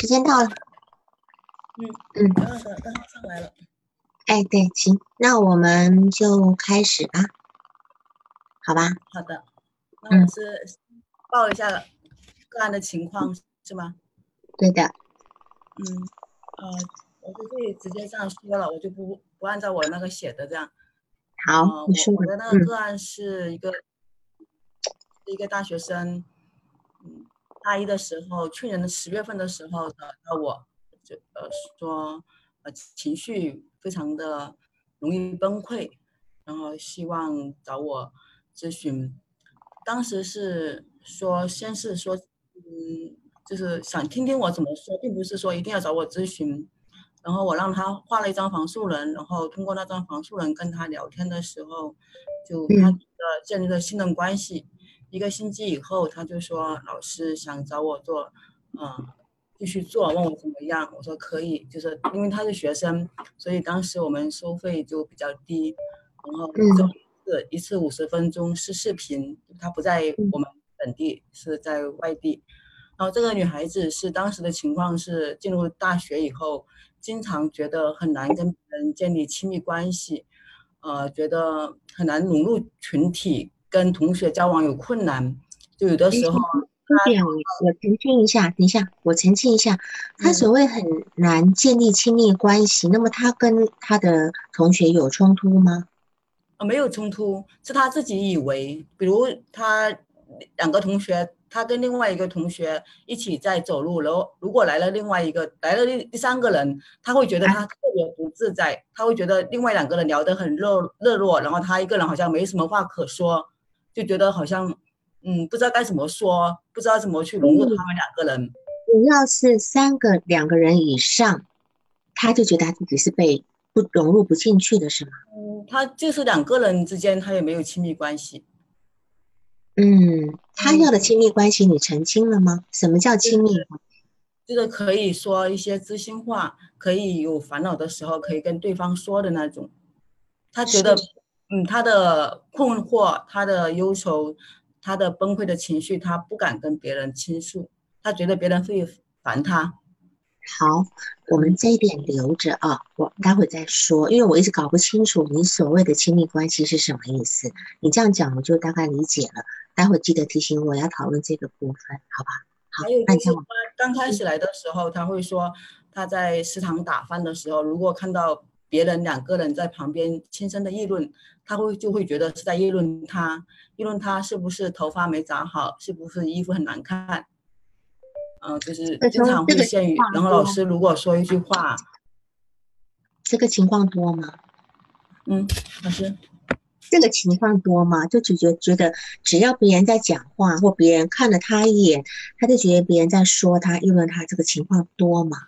时间到了。嗯， 刚好上来了。 哎，对，行，那我们就开始吧，好吧？ 好的，那我嗯， 是报一下个案的情况是吗？ 对的。 嗯，我就可以直接这样说了，我就不按照我那个写的这样。 好，你说的。 我的那个嗯个案是一个大学生，大一的时候，去年的10月份的时候找到我，就说情绪非常的容易崩溃，然后希望找我咨询。当时是说，先是说，就是想听听我怎么说，并不是说一定要找我咨询。然后我让他画了一张房树人，然后通过那张房树人跟他聊天的时候，他嗯建立了信任关系。1个星期以后，他就说老师想找我做，继续做，问我怎么样，我说可以，就是因为他是学生，所以当时我们收费就比较低，然后就嗯一次50分钟是视频，他不在嗯我们本地，是在外地。然后这个女孩子是当时的情况是进入大学以后，经常觉得很难跟别人建立亲密关系，觉得很难融入群体，跟同学交往有困难，就有的哎， 时候这点我澄清一下，等一下，我澄清一下，他嗯所谓很难建立亲密关系，那么他跟他的同学有冲突吗？ 没有冲突，是他自己以为，比如他2个同学，他跟另外一个同学一起在走路，然后如果来了第三个人，他会觉得啊， 他特别不自在，他会觉得另外2个人聊得很热络，然后他一个人好像没什么话可说，就觉得好像不知道该怎么说，不知道怎么去融入他嗯， 们2个人。 主要是2个人以上，他就觉得他自己是被不融入不进去的，是吗？ 他就是2个人之间，他也没有亲密关系。 嗯，他要的嗯， 亲密关系你澄清了吗？什么叫亲密关就是可以说一些知心话，可以有烦恼的时候可以跟对方说的那种。他觉系？ 得，他的困惑、他的忧愁、他的崩溃的情绪，他不敢跟别人倾诉，他觉得别人会烦他。 好，我们这一点留着啊，我待会再说，因为我一直搞不清楚你所谓的亲密关系是什么意思。你这样讲，我就大概理解了。待会记得提醒我要讨论这个部分，好吧？好， 还有就是他那你再往。 刚开嗯始来的时候，他会说他在食堂打饭的时候，如果看到别人2个人在旁边轻声的议论，就会觉得是在议论他，议论他是不是头发没扎好，是不是衣服很难看，就是经常这个情会限于。然后老况多， 师如果说一句话， 这个情况多吗？ 嗯，老师， 这个情况多吗？就觉得只要别人在讲话，或别人看了他一眼，他就觉得别人在说他、议论他，这个情况多吗？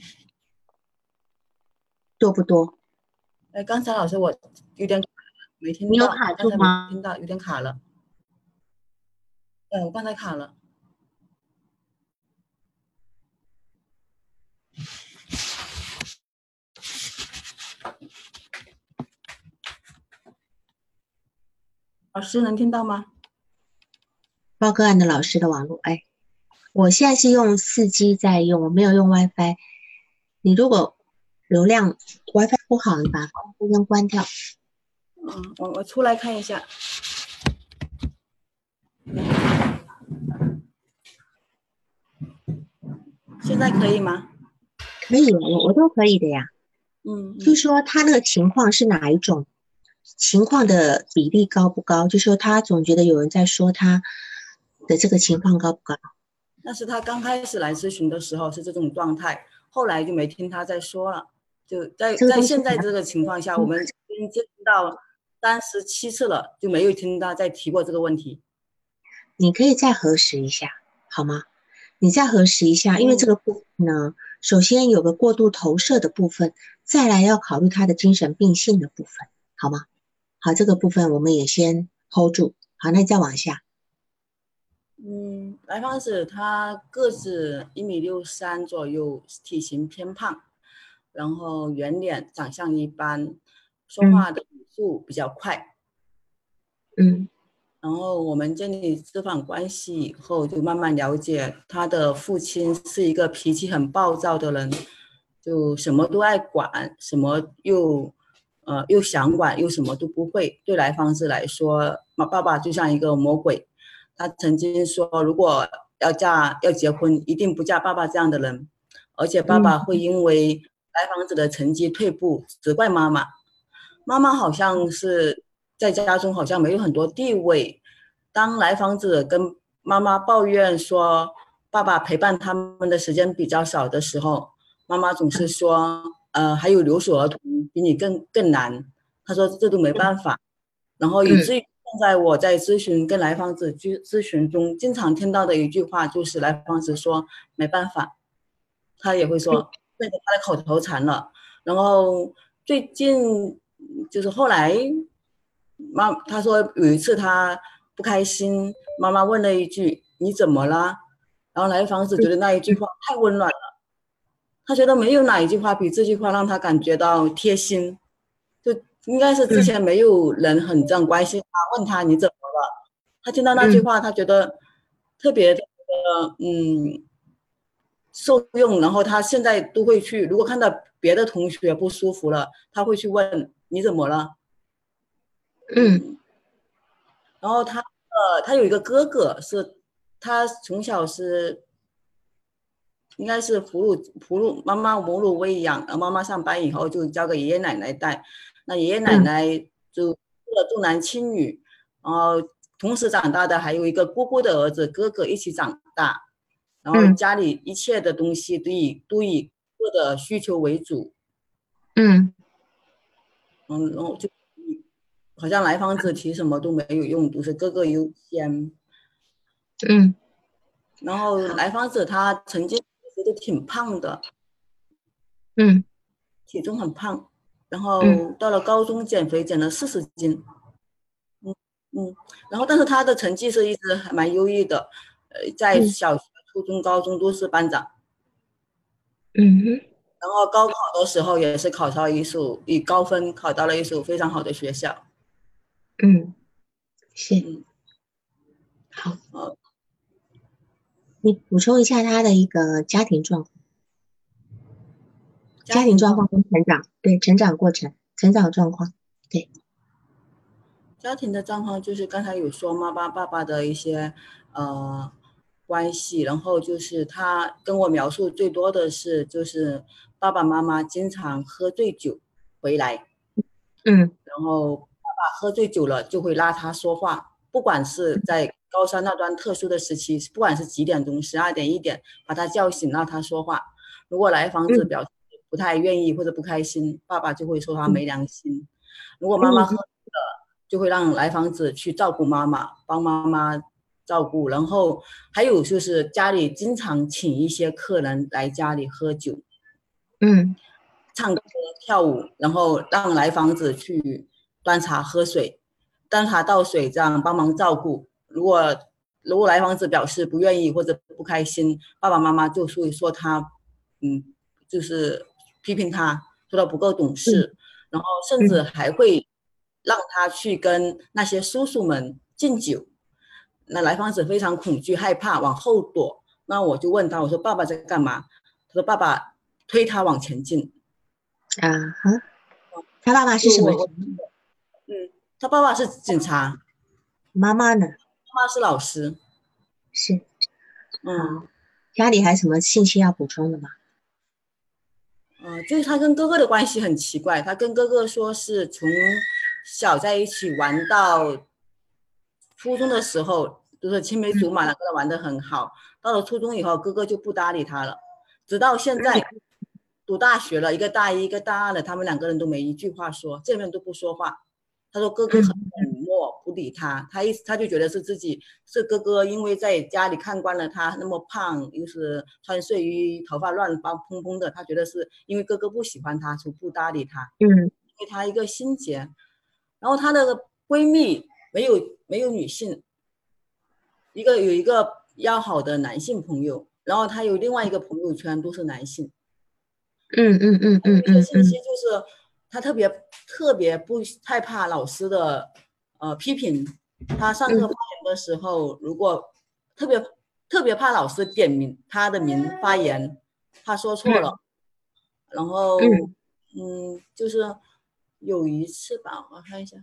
多不多？ 刚才老师我有点没听到， 你有卡刚才没住吗？ 听到，有点卡了。我刚才卡了。老师能听到吗？ 报个案的老师的网络，哎。我现在是用4G 在用，我没有用 WiFi。你如果流量 WiFi 不好，你把关先关掉。 我出来看一下，现在可以吗？ 可以，我都可以的呀。 嗯嗯。 就说他那个情况是哪一种情况的比例高不高？就说他总觉得有人在说他的这个情况高不高？ 那是他刚开始来咨询的时候是这种状态，后来就没听他再说了。就在这个东西你要现在这个情况下，我们已经接触到37次了，就没有听他再提过这个问题。 你可以再核实一下，好吗？你再核实一下，因为这嗯个部分呢，首先有个过度投射的部分，再来要考虑他的精神病性的部分，好吗？好，这个部分我们也先 hold 住。好，那再往下。 来访者他个子1.63米左右，体型偏胖，然后圆脸，长相一般，说嗯话的语速比较快。 嗯， 然后我们建立这段关系以后，就慢慢了解他的父亲是一个脾气很暴躁的人，就什么都爱管，什么又想管，又什么都不会。对来访者来说，爸爸就像一个魔鬼。他曾经说，如果要结婚，一定不嫁爸爸这样的人，而且爸爸会因为来访者的成绩退步，责怪妈妈。妈妈好像是在家中好像没有很多地位。当来访者跟妈妈抱怨说爸爸陪伴他们的时间比较少的时候，妈妈总是说，还有留守儿童比你更难。她说这都没办法。然后以至于现在我在跟来访者咨询中，经常听到的一句话就是来访者说没办法，他也会说变成他的口头禅了。然后最近就是后来他说有一次他不开心，妈妈问了一句你怎么了？然后来访者觉得那一句话太温暖了，他觉得没有哪一句话比这句话让他感觉到贴心。就应该是之前没有人很这样关心他，问他你怎么了？他听到那句话，他觉得特别的受用。然后他现在都会去，如果看到别的同学不舒服了，他会去问你怎么了？然后他有一个哥哥，他从小是应该是妈妈母乳喂养，然后妈妈上班以后就交给爷爷奶奶带。那爷爷奶奶就重男轻女，然后同时长大的还有一个姑姑的儿子哥哥一起长大，然后家里一切的东西都以哥的需求为主。然后就好像来访者提什么都没有用，都是哥哥优先。然后来访者他曾经其实都挺胖的，体重很胖，然后到了高中减肥减了40斤。然后但是他的成绩是一直还蛮优异的，在小学、初中、高中都是班长。然后高考的时候也是以高分考到了一所非常好的学校。 是。好，你补充一下他的一个家庭状况。家庭状况跟成长，对，成长过程、成长状况，对。 家庭的状况就是刚才有说妈妈爸爸的一些关系，然后就是他跟我描述最多的是，就是爸爸妈妈经常喝醉酒回来，然后爸爸喝醉酒了就会拉他说话，不管是在高三那段特殊的时期，不管是几点钟，12点1点，把他叫醒让他说话。如果来访者表示不太愿意或者不开心，爸爸就会说他没良心。如果妈妈喝了，就会让来访者去照顾妈妈，帮妈妈照顾。然后还有就是家里经常请一些客人来家里喝酒，唱歌跳舞，然后让来访者去端茶喝水，端茶倒水，这样帮忙照顾。如果来访者表示不愿意或者不开心，爸爸妈妈就会说他，就是批评他，说他不够懂事，然后甚至还会让他去跟那些叔叔们敬酒。那来访者非常恐惧害怕，往后躲。那我就问他，我说爸爸在干嘛？他说爸爸推他往前进。 他爸爸是什么职业？他爸爸是警察。 妈妈呢？ 妈妈是老师。 是。家里还有什么信息要补充的吗？ 就是他跟哥哥的关系很奇怪，他跟哥哥说是从小在一起玩到初中的时候，就是青梅竹马，两个人玩得很好。到了初中以后，哥哥就不搭理他了，直到现在读大学了，一个大一，一个大二了，他们两个人都没一句话说，见面都不说话。他说哥哥很冷漠，不理他，他就觉得是哥哥，因为在家里看惯了他那么胖，又是穿睡衣，头发乱蓬蓬的，他觉得是因为哥哥不喜欢他，就不搭理他，因为他一个心结。然后她的闺蜜没有女性，有一个要好的男性朋友，然后她有另外一个朋友圈都是男性。这信息就是她特别不害怕老师的批评， 他上课发言的时候，如果特别特别怕老师点名他的名发言，他说错了，然后就是有一次吧，我看一下，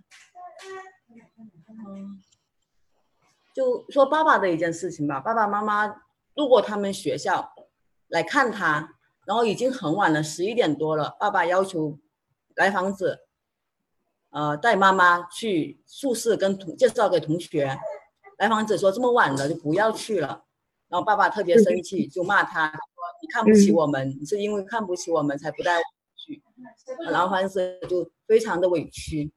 就说爸爸的一件事情吧，爸爸妈妈路过他们学校来看他，然后已经很晚了，11点多了，爸爸要求来访者带妈妈去宿舍跟介绍给同学，来访者说这么晚了就不要去了，然后爸爸特别生气，就骂他，说你看不起我们，你是因为看不起我们才不带我们去，然后访者就非常的委屈。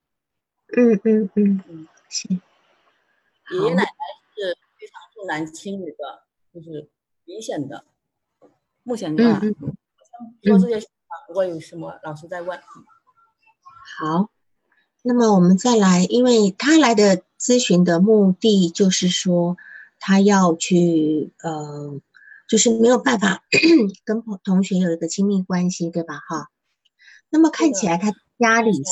是。 爷爷奶奶是非常重男轻女的，就是明显的。目前说这些想法，如果有什么老师在问。 好，那么我们再来，因为他来的咨询的目的就是说，他要去就是没有办法跟同学有一个亲密关系，对吧？哈，那么看起来他家里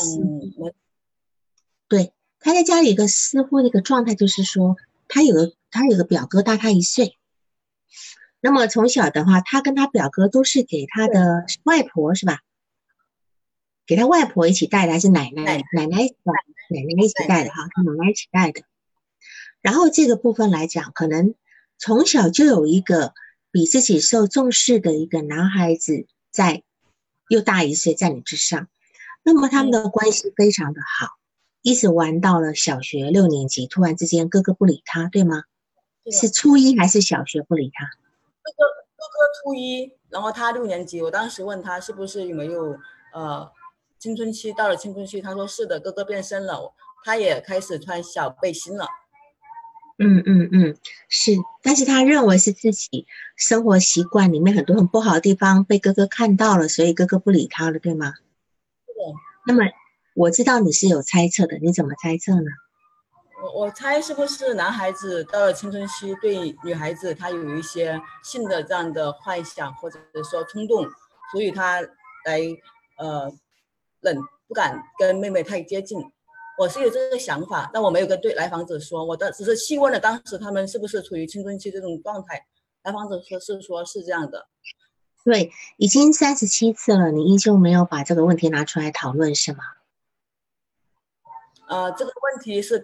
对，他在家里一个似乎一个状态就是说，他有个表哥大他1岁，那么从小的话，他跟他表哥都是给他的外婆是吧？给他外婆一起带的，还是奶奶一起带的哈，他奶奶一起带的。然后这个部分来讲，可能从小就有一个比自己受重视的一个男孩子在，又大1岁在你之上，那么他们的关系非常的好，一直玩到了小学6年级，突然之间哥哥不理他，对吗？是初1还是小学不理他？ 哥哥初1，然后他6年级。我当时问他是不是有没有青春期，到了青春期，他说是的，哥哥变身了，他也开始穿小背心了。 是，但是他认为是自己生活习惯里面很多很不好的地方被哥哥看到了，所以哥哥不理他了，对吗？ 是的。 那么我知道你是有猜测的，你怎么猜测呢？ 我猜是不是男孩子到了青春期对女孩子他有一些性的这样的幻想或者说冲动，所以他来不敢跟妹妹太接近。我是有这个想法，但我没有跟来访者说，我只是细问了当时他们是不是处于青春期这种状态，来访者说是这样的。 对，已经37次了，你依旧没有把这个问题拿出来讨论是吗？ 这个问题是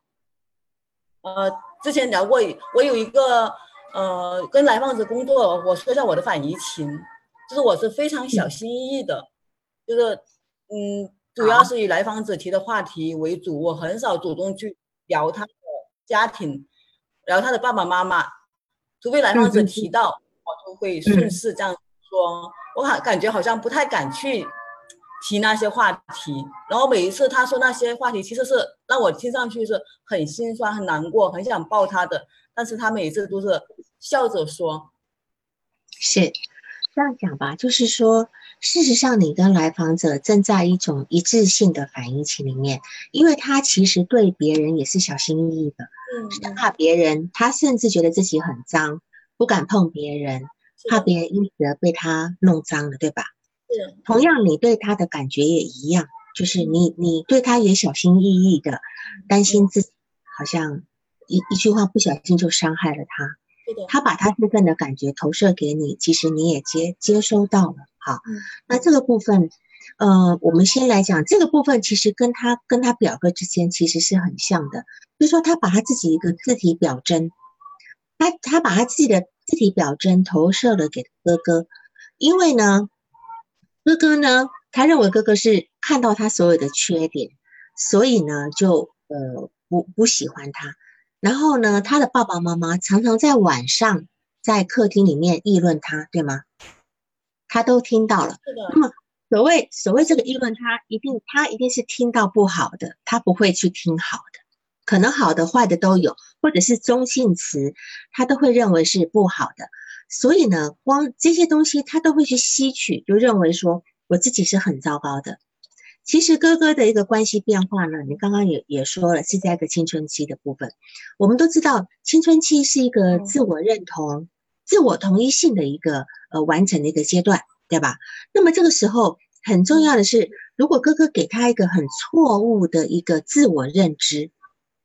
之前聊过，我有一个跟来访者工作，我说一下我的反移情，就是我是非常小心翼翼的，就是主要是以来访者提的话题为主，我很少主动去聊他的家庭，聊他的爸爸妈妈，除非来访者提到，我就会顺势这样说。我感觉好像不太敢去提那些话题，然后每一次他说那些话题，其实是让我听上去是很心酸、很难过、很想抱他的，但是他每一次都是笑着说。 是这样讲吧，就是说，事实上你跟来访者正在一种一致性的反应期里面，因为他其实对别人也是小心翼翼的，怕别人，他甚至觉得自己很脏，不敢碰别人，怕别人因此而被他弄脏了，对吧？同样，你对他的感觉也一样，就是你对他也小心翼翼的，担心自己好像一句话不小心就伤害了他。他把他身份的感觉投射给你，其实你也接收到了。好，那这个部分，我们先来讲这个部分，其实跟他表哥之间其实是很像的，就是说他把他自己一个自体表征，他把他自己的自体表征投射了给哥哥，因为呢，哥哥呢，他认为哥哥是看到他所有的缺点，所以呢，就不喜欢他。然后呢，他的爸爸妈妈常常在晚上在客厅里面议论他，对吗？他都听到了。那么所谓这个议论，他一定是听到不好的，他不会去听好的，可能好的坏的都有，或者是中性词，他都会认为是不好的。所以呢，光这些东西他都会去吸取，就认为说我自己是很糟糕的。其实哥哥的一个关系变化呢，你刚刚也说了，是在一个青春期的部分。我们都知道，青春期是一个自我认同、自我同一性的一个完成的一个阶段，对吧？那么这个时候很重要的是，如果哥哥给他一个很错误的一个自我认知，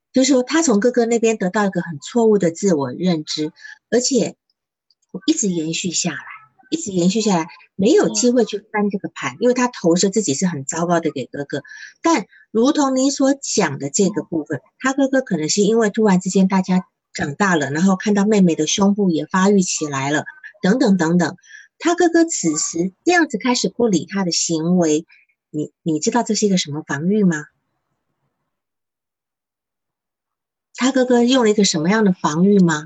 就是说他从哥哥那边得到一个很错误的自我认知，而且一直延续下来，一直延续下来，没有机会去翻这个盘，因为他投射自己是很糟糕的给哥哥。但如同你所讲的这个部分，他哥哥可能是因为突然之间大家长大了，然后看到妹妹的胸部也发育起来了，等等等等，他哥哥此时这样子开始不理他的行为，你知道这是一个什么防御吗？他哥哥用了一个什么样的防御吗？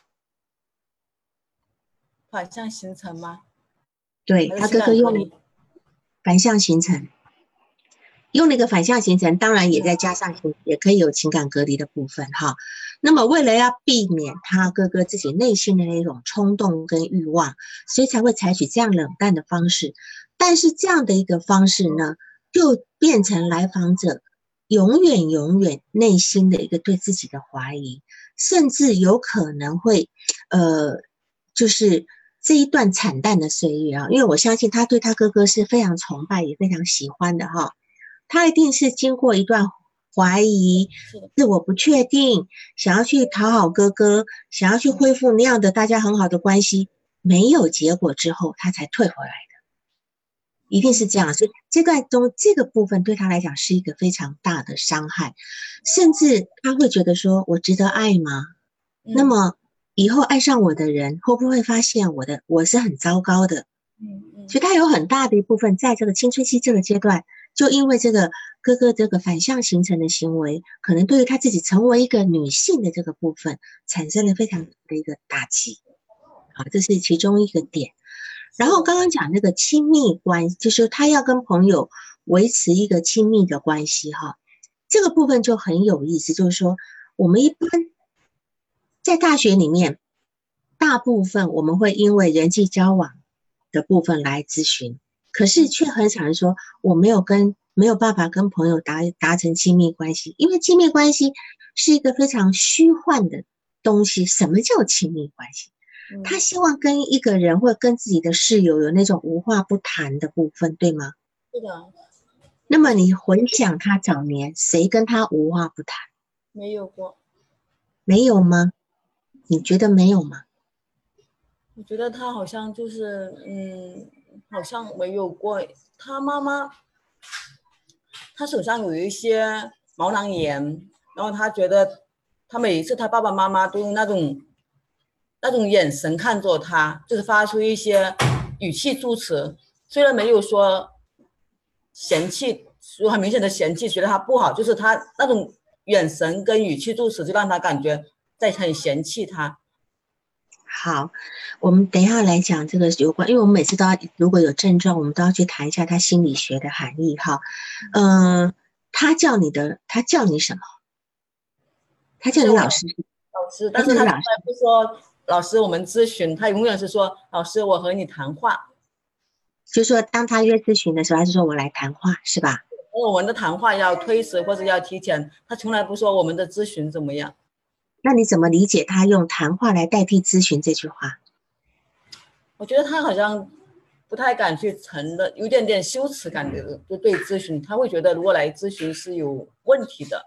反向形成吗？ 对，他哥哥用了反向形成，用了一个反向形成，当然也再加上也可以有情感隔离的部分哈。那么为了要避免他哥哥自己内心的那种冲动跟欲望，所以才会采取这样冷淡的方式。但是这样的一个方式呢，就变成来访者永远内心的一个对自己的怀疑，甚至有可能会就是这一段惨淡的岁月啊，因为我相信他对他哥哥是非常崇拜也非常喜欢的哈，他一定是经过一段怀疑、自我不确定，想要去讨好哥哥，想要去恢复那样的大家很好的关系，没有结果之后，他才退回来的。一定是这样，所以这段中这个部分对他来讲是一个非常大的伤害，甚至他会觉得说：“我值得爱吗？那么以后爱上我的人会不会发现我是很糟糕的？”所以他有很大的一部分在这个青春期这个阶段，就因为这个哥哥这个反向形成的行为，可能对于他自己成为一个女性的这个部分产生了非常大的一个打击。好，这是其中一个点。然后刚刚讲那个亲密关系，就是他要跟朋友维持一个亲密的关系哈，这个部分就很有意思，就是说我们一般在大学里面，大部分我们会因为人际交往的部分来咨询，可是却很少人说我没有办法跟朋友达成亲密关系，因为亲密关系是一个非常虚幻的东西。什么叫亲密关系？他希望跟一个人或跟自己的室友有那种无话不谈的部分，对吗？ 是的。 那么你回想他早年，谁跟他无话不谈？ 没有过。 没有吗？你觉得没有吗？ 我觉得他好像就是好像没有过。他妈妈他手上有一些毛囊炎，然后他觉得他每一次他爸爸妈妈都用那种眼神看着他，就是发出一些语气助词，虽然没有说嫌弃，说很明显的嫌弃，觉得他不好，就是他那种眼神跟语气助词就让他感觉在很嫌弃他。 好，我们等一下来讲这个有关，因为我们每次都要如果有症状，我们都要去谈一下他心理学的含义哈。他叫你什么？他叫你老师。 老师，但是他从来不说老师我们咨询，他永远是说老师我和你谈话。 就是说当他约咨询的时候，他是说我来谈话是吧？ 我们的谈话要推迟或者要提前，他从来不说我们的咨询怎么样。 那你怎么理解他用谈话来代替咨询这句话？ 我觉得他好像不太敢去承认，有点羞耻感的，就对咨询，他会觉得如果来咨询是有问题的。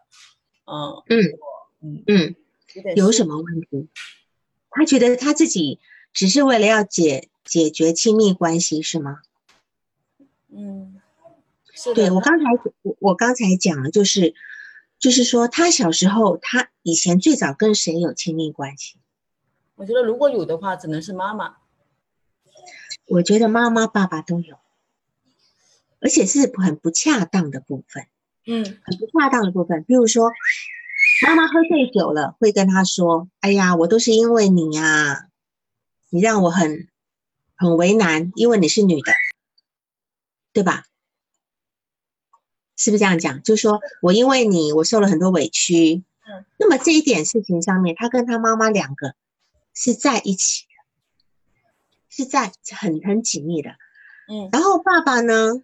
有什么问题？他觉得他自己只是为了要解决亲密关系是吗？ 是的。 对，我刚才讲了，就是说他小时候，他以前最早跟谁有亲密关系？ 我觉得如果有的话，只能是妈妈。 我觉得妈妈、爸爸都有，而且是很不恰当的部分。很不恰当的部分，比如说妈妈喝醉酒了，会跟他说：“哎呀，我都是因为你呀，你让我很为难，因为你是女的，对吧？”是不是这样讲？就是说我因为你，我受了很多委屈。那么这一点事情上面，他跟他妈妈两个是在一起的，是在很紧密的。然后爸爸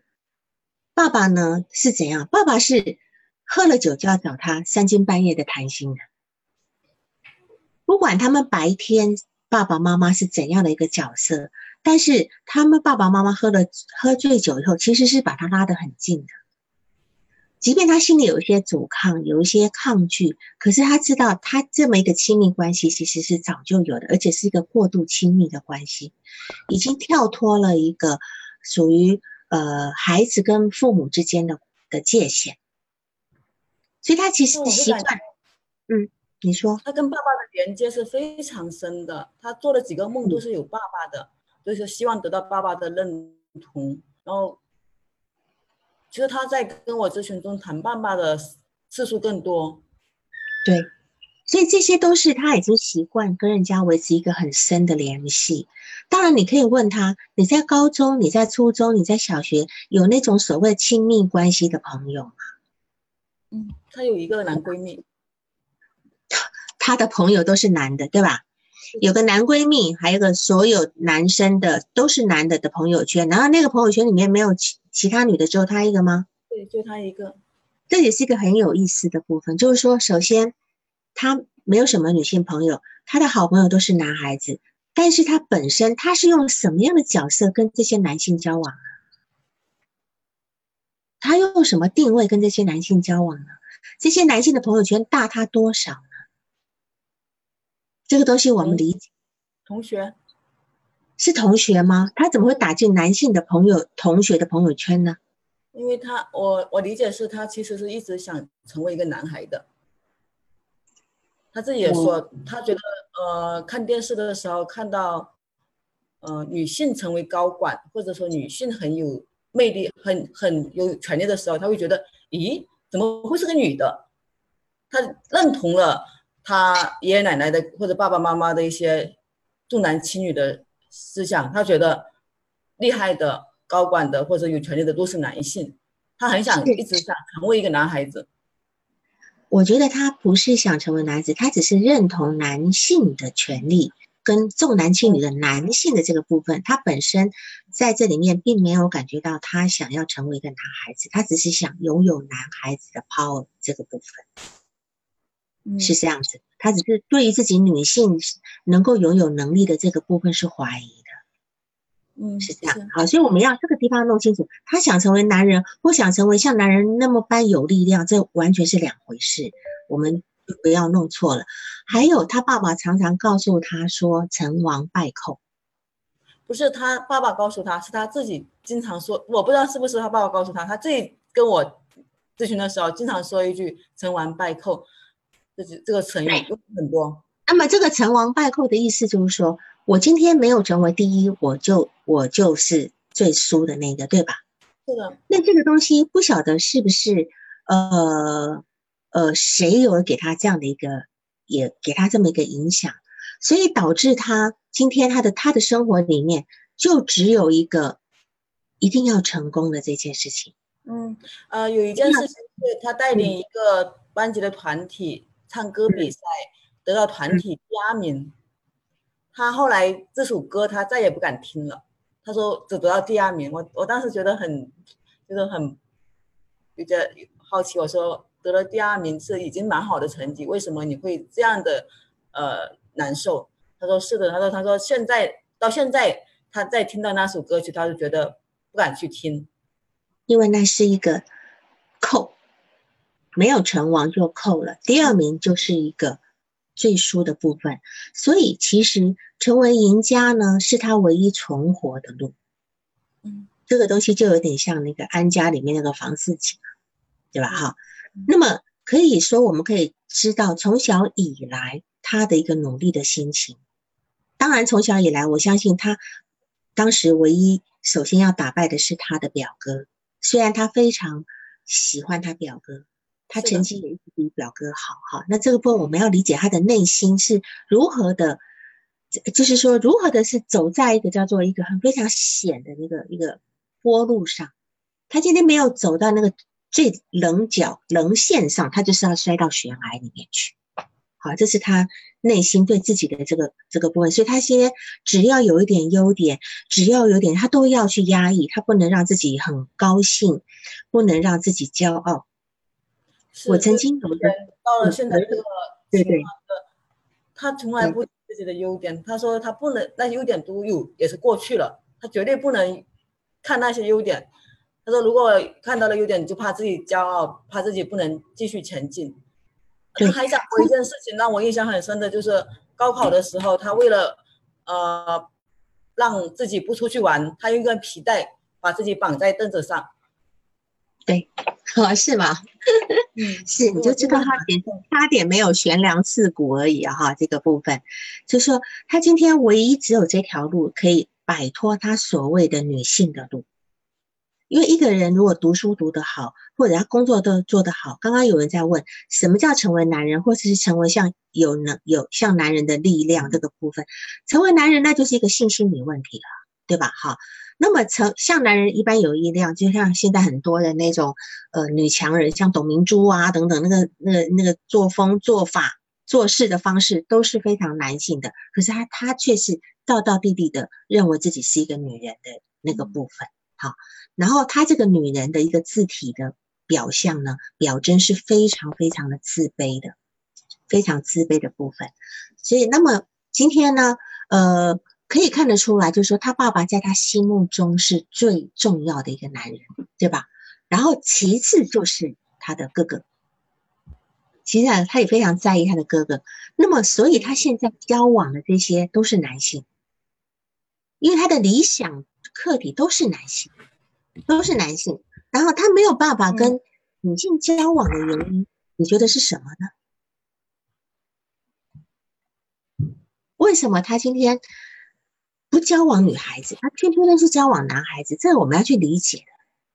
呢是怎样？爸爸是喝了酒就要找他三更半夜的谈心的。不管他们白天爸爸妈妈是怎样的一个角色，但是他们爸爸妈妈喝醉酒以后，其实是把他拉得很近的。 即便他心里有一些阻抗，有一些抗拒，可是他知道他这么一个亲密关系其实是早就有的，而且是一个过度亲密的关系，已经跳脱了一个属于孩子跟父母之间的界限，所以他其实那我会感觉习惯。你说。 他跟爸爸的连接是非常深的，他做了几个梦都嗯， 是有爸爸的，所以说希望得到爸爸的认同。然后，其实他在跟我咨询中谈爸爸的次数更多。 对。所以这些都是他已经习惯跟人家维持一个很深的联系。当然，你可以问他，你在高中、你在初中、你在小学有那种所谓亲密关系的朋友吗？ 她有一个男闺蜜。 他的朋友都是男的，对吧？有个男闺蜜，还有个所有男生的都是男的朋友圈，然后那个朋友圈里面没有其他女的，只有他一个吗？ 对，就她一个。 这也是一个很有意思的部分，就是说，首先他没有什么女性朋友，他的好朋友都是男孩子，但是他本身他是用什么样的角色跟这些男性交往呢？他用什么定位跟这些男性交往呢？这些男性的朋友圈大他多少呢？这个东西我们理解。 同学。 是同学吗？他怎么会打进男性的朋友、同学的朋友圈呢？ 因为我理解是他其实是一直想成为一个男孩的。他自己也我说，他觉得看电视的时候看到女性成为高管，或者说女性很有魅力、很有权利的时候，他会觉得，咦，怎么会是个女的？他认同了他爷爷奶奶的或者爸爸妈妈的一些重男轻女的思想，他觉得厉害的、高管的或者有权利的都是男性，他很想一直想成为一个男孩子。 我觉得他不是想成为男子，他只是认同男性的权利跟重男轻女的男性的这个部分，他本身在这里面并没有感觉到他想要成为一个男孩子，他只是想拥有男孩子的 power 这个部分，是这样子。他只是对于自己女性能够拥有能力的这个部分是怀疑的。是这样，好，所以我们要这个地方弄清楚，他想成为男人，或想成为像男人那么般有力量，这完全是两回事，我们不要弄错了。还有，他爸爸常常告诉他说成王败寇， 不是他爸爸告诉他，是他自己经常说，我不知道是不是他爸爸告诉他，他自己跟我咨询的时候经常说一句成王败寇，这个成语用很多。 那么这个成王败寇的意思就是说，我今天没有成为第一，我就是最输的那个，对吧？ 是的。 那这个东西不晓得是不是谁有给他这样的一个，也给他这么一个影响，所以导致他今天他的生活里面就只有一个一定要成功的这件事情。 有一件事情是他带领一个班级的团体唱歌比赛，得到团体第二名。他后来这首歌他再也不敢听了，他说只得到第二名。我当时觉得很有点好奇，我说得了第二名是已经蛮好的成绩，为什么你会这样的难受？他说是的，他说到现在他再听到那首歌曲，他就觉得不敢去听， 因为那是一个扣，没有成王就扣了，第二名就是一个最输的部分，所以其实成为赢家呢是他唯一存活的路。这个东西就有点像那个安家里面那个房似锦，对吧？哈，那么可以说我们可以知道从小以来他的一个努力的心情。当然从小以来，我相信他当时唯一首先要打败的是他的表哥，虽然他非常喜欢他表哥，他成绩也一直比表哥好哈。那这个部分我们要理解他的内心是如何的，就是说如何的是走在一个叫做一个很非常险的一个坡路上，他今天没有走到那个最棱线上，他就是要摔到悬崖里面去。好，这是他内心对自己的这个部分，所以他现在只要有一点优点，只要有点，他都要去压抑，他不能让自己很高兴，不能让自己骄傲。我曾经有的到了现在这个对对， 他从来不自己的优点，他说他不能，那优点都有，也是过去了，他绝对不能看那些优点， 他说如果看到了优点，就怕自己骄傲，怕自己不能继续前进。他还讲过一件事情让我印象很深的，就是高考的时候，他为了让自己不出去玩，他用一根皮带把自己绑在凳子上。 对，是吗？是，你就知道他差点没有悬梁刺股而已啊！哈，这个部分，就说他今天唯一只有这条路可以摆脱他所谓的女性的路。因为一个人如果读书读得好，或者他工作都做得好，刚刚有人在问什么叫成为男人，或者是成为像有像男人的力量这个部分，成为男人那就是一个性心理问题了，对吧？好，那么像男人一般有力量，就像现在很多的那种女强人，像董明珠啊等等，那个作风做法做事的方式都是非常男性的，可是他却是道道地地的认为自己是一个女人的那个部分。好，然后她这个女人的一个字体的表象呢，表征是非常非常的自卑的，非常自卑的部分。所以，那么今天呢，可以看得出来，就是说他爸爸在他心目中是最重要的一个男人，对吧？然后其次就是他的哥哥，其实他也非常在意他的哥哥。那么，所以他现在交往的这些都是男性，因为他的理想课题都是男性，都是男性。然后他没有办法跟女性交往的原因，你觉得是什么呢？为什么他今天不交往女孩子，他偏偏的是交往男孩子？这我们要去理解的。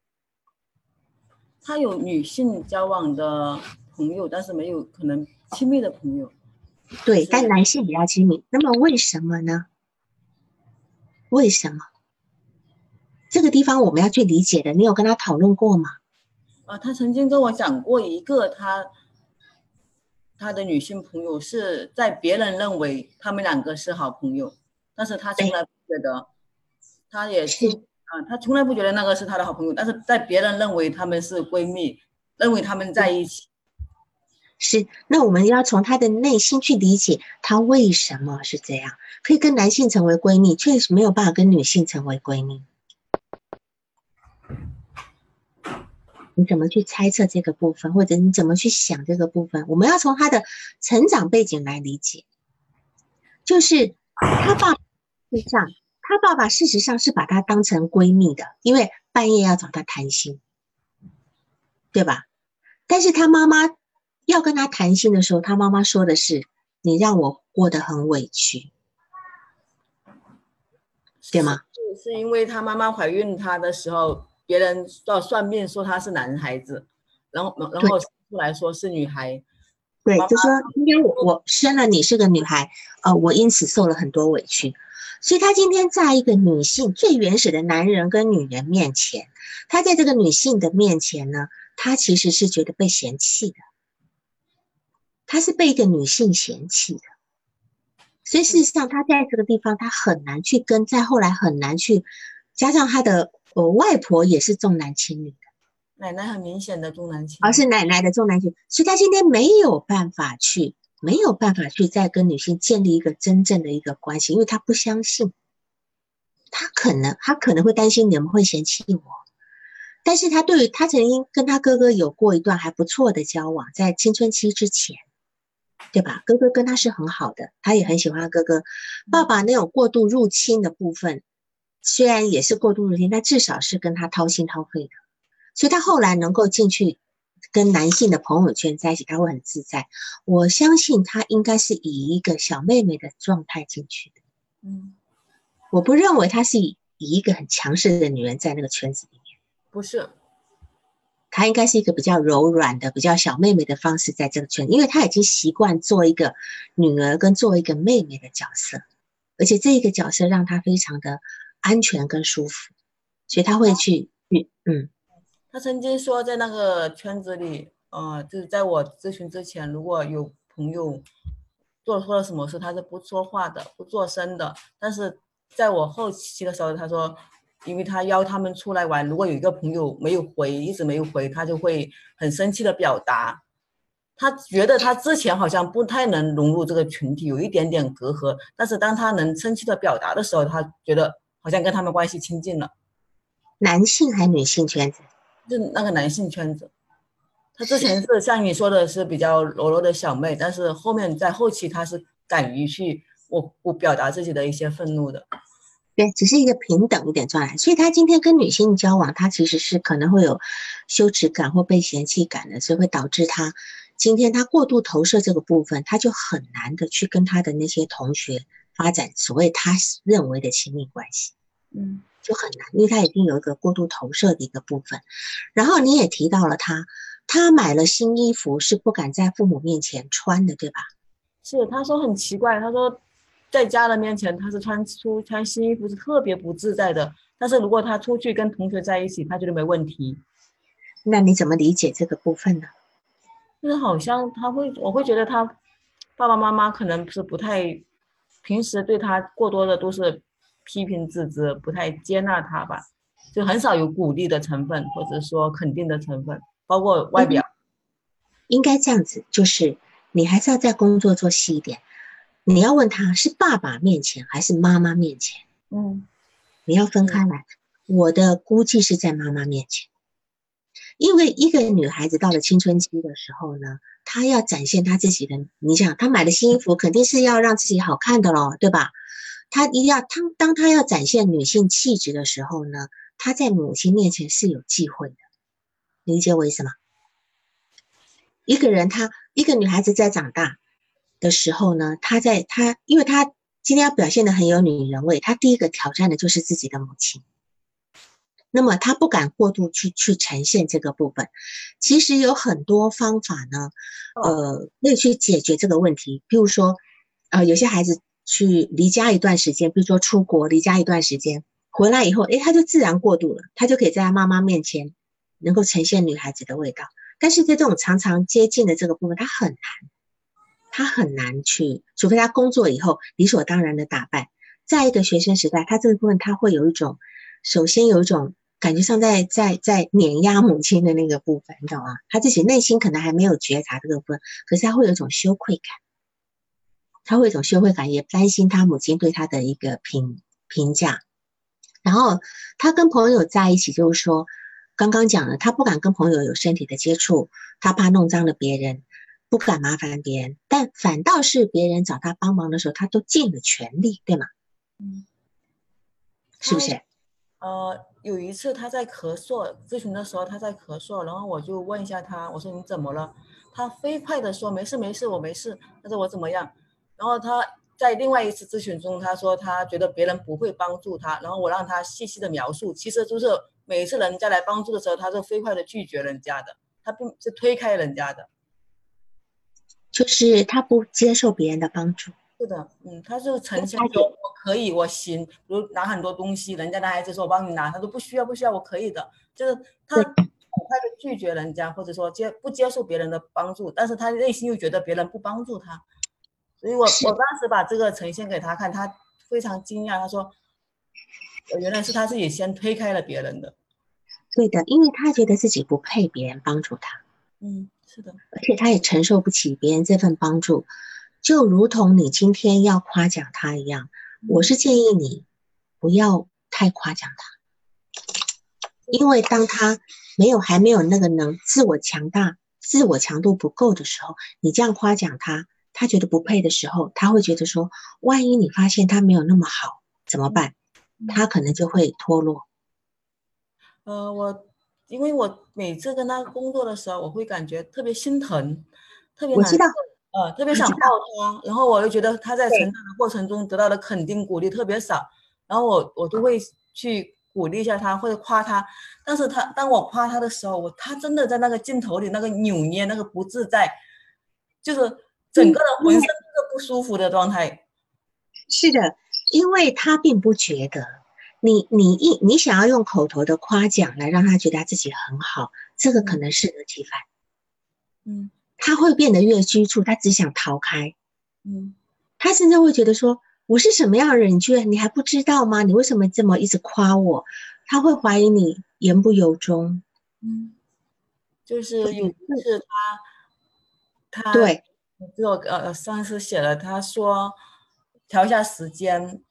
他有女性交往的朋友，但是没有可能亲密的朋友。 对，但男性比较亲密。那么为什么呢？为什么？这个地方我们要去理解的。你有跟他讨论过吗？ 他曾经跟我讲过一个他的女性朋友是在别人认为他们两个是好朋友，但是他从来不觉得，他也是他从来不觉得那个是他的好朋友，但是在别人认为他们是闺蜜，认为他们在一起。 是，那我们要从他的内心去理解他为什么是这样，可以跟男性成为闺蜜，确实没有办法跟女性成为闺蜜。你怎么去猜测这个部分，或者你怎么去想这个部分？我们要从他的成长背景来理解。就是他爸爸事实上是把她当成闺蜜的，因为半夜要找她谈心，对吧？但是他妈妈要跟他谈心的时候，他妈妈说的是：“你让我过得很委屈。”对吗？ 是因为他妈妈怀孕他的时候，别人算命说他是男孩子，然后出来说是女孩。 对，就说今天我生了你是个女孩，我因此受了很多委屈。所以他今天在一个女性最原始的男人跟女人面前，他在这个女性的面前呢，他其实是觉得被嫌弃的，他是被一个女性嫌弃的。所以事实上，他在这个地方，他很难去跟，再后来很难去，加上他的外婆也是重男轻女的， 奶奶很明显的重男轻女， 是奶奶的重男轻女，所以他今天没有办法去再跟女性建立一个真正的一个关系，因为他不相信，他可能会担心你们会嫌弃我，但是他曾经跟他哥哥有过一段还不错的交往，在青春期之前。对吧？哥哥跟他是很好的，他也很喜欢哥哥。爸爸那种过度入侵的部分，虽然也是过度入侵，但至少是跟他掏心掏肺的。所以他后来能够进去跟男性的朋友圈在一起，他会很自在。我相信他应该是以一个小妹妹的状态进去的。我不认为他是以一个很强势的女人在那个圈子里面， 不是。 她应该是一个比较柔软的、比较小妹妹的方式在这个圈，因为她已经习惯做一个女儿跟做一个妹妹的角色，而且这一个角色让她非常的安全跟舒服，所以她会去她曾经说在那个圈子里，就是在我咨询之前，如果有朋友做了什么事，她是不说话的，不做声的。但是在我后期的时候，她说。因为他邀他们出来玩，如果有一个朋友没有回，一直没有回，他就会很生气的表达。他觉得他之前好像不太能融入这个群体，有一点点隔阂。但是当他能生气的表达的时候，他觉得好像跟他们关系亲近了。 男性还女性圈子？ 就那个男性圈子。他之前是。 是像你说的是比较柔柔的小妹，但是后面在后期他是敢于去我表达自己的一些愤怒的。 对，只是一个平等一点状态，所以他今天跟女性交往，他其实是可能会有羞耻感或被嫌弃感的，所以会导致他今天他过度投射这个部分，他就很难的去跟他的那些同学发展所谓他认为的亲密关系，就很难，因为他已经有一个过度投射的一个部分。然后你也提到了他买了新衣服是不敢在父母面前穿的，对吧？ 是，他说很奇怪，他说在家人面前他是穿新衣服是特别不自在的，但是如果他出去跟同学在一起，他觉得没问题。 那你怎么理解这个部分呢？ 就是好像我会觉得他爸爸妈妈可能是不太，平时对他过多的都是批评指责，不太接纳他吧，就很少有鼓励的成分，或者说肯定的成分，包括外表。 应该这样子，就是你还是要在工作做细一点。你要问他是爸爸面前还是妈妈面前， 嗯， 你要分开来。我的估计是在妈妈面前，因为一个女孩子到了青春期的时候呢，她要展现她自己的，你想，她买的新衣服肯定是要让自己好看的咯，对吧？她一定要，当她要展现女性气质的时候呢，她在母亲面前是有忌讳的，理解我意思吗？一个女孩子在长大的时候呢，因为她今天要表现的很有女人味，她第一个挑战的就是自己的母亲。那么她不敢过度去呈现这个部分。其实有很多方法呢，可以去解决这个问题。譬如说，有些孩子去离家一段时间，比如说出国离家一段时间，回来以后，他就自然过渡了，他就可以在他妈妈面前能够呈现女孩子的味道。但是在这种常常接近的这个部分，他很难去，除非他工作以后理所当然的打扮。在一个学生时代，他这个部分他会有一种，首先有一种感觉上在碾压母亲的那个部分，你懂吗？他自己内心可能还没有觉察这个部分，可是他会有一种羞愧感，他会有一种羞愧感，也担心他母亲对他的一个评价。然后他跟朋友在一起，就是说刚刚讲了，他不敢跟朋友有身体的接触，他怕弄脏了别人，不敢麻烦别人，但反倒是别人找他帮忙的时候，他都尽了全力，对吗？是不他是？ 有一次他在咳嗽，咨询的时候他在咳嗽，然后我就问一下他，我说你怎么了？他飞快的说没事没事，我没事。他说我怎么样？然后他在另外一次咨询中，他说他觉得别人不会帮助他，然后我让他细细的描述，其实就是每一次人家来帮助的时候，他是飞快的拒绝人家的，他并是推开人家的。 就是他不接受别人的帮助。 是的，他就呈现说我可以，我行，比如拿很多东西，人家男孩子说我帮你拿，他说不需要不需要，我可以的，就是他对， 很快的拒绝人家，或者说不接受别人的帮助，但是他内心又觉得别人不帮助他，所以我是当时把这个呈现给他看，他非常惊讶，他说原来是他自己先推开了别人的。 对的，因为他觉得自己不配别人帮助他。 是的。 而且他也承受不起别人这份帮助，就如同你今天要夸奖他一样，我是建议你不要太夸奖他，因为当他还没有那个自我强大、自我强度不够的时候，你这样夸奖他，他觉得不配的时候，他会觉得说，万一你发现他没有那么好怎么办？他可能就会脱落。 因为我每次跟他工作的时候，我会感觉特别心疼，特别难受， 我知道， 特别想抱我知道， 他，然后我又觉得他在成长对， 的过程中得到的肯定鼓励特别少，然后我都会去鼓励一下他或者夸他，但是当我夸他的时候，他真的在那个镜头里那个扭捏那个不自在，就是整个嗯， 的浑身都是不舒服的状态。 是的，因为他并不觉得你想要用口头的夸奖来让他觉得他自己很好，这个可能适得其反。 嗯他会变得越拘束，他只想逃开， 嗯他甚至会觉得说我是什么样的人，你还不知道吗？你为什么这么一直夸我？他会怀疑你言不由衷。 嗯，就是有一次他对， 就上次写了，他说调一下时间，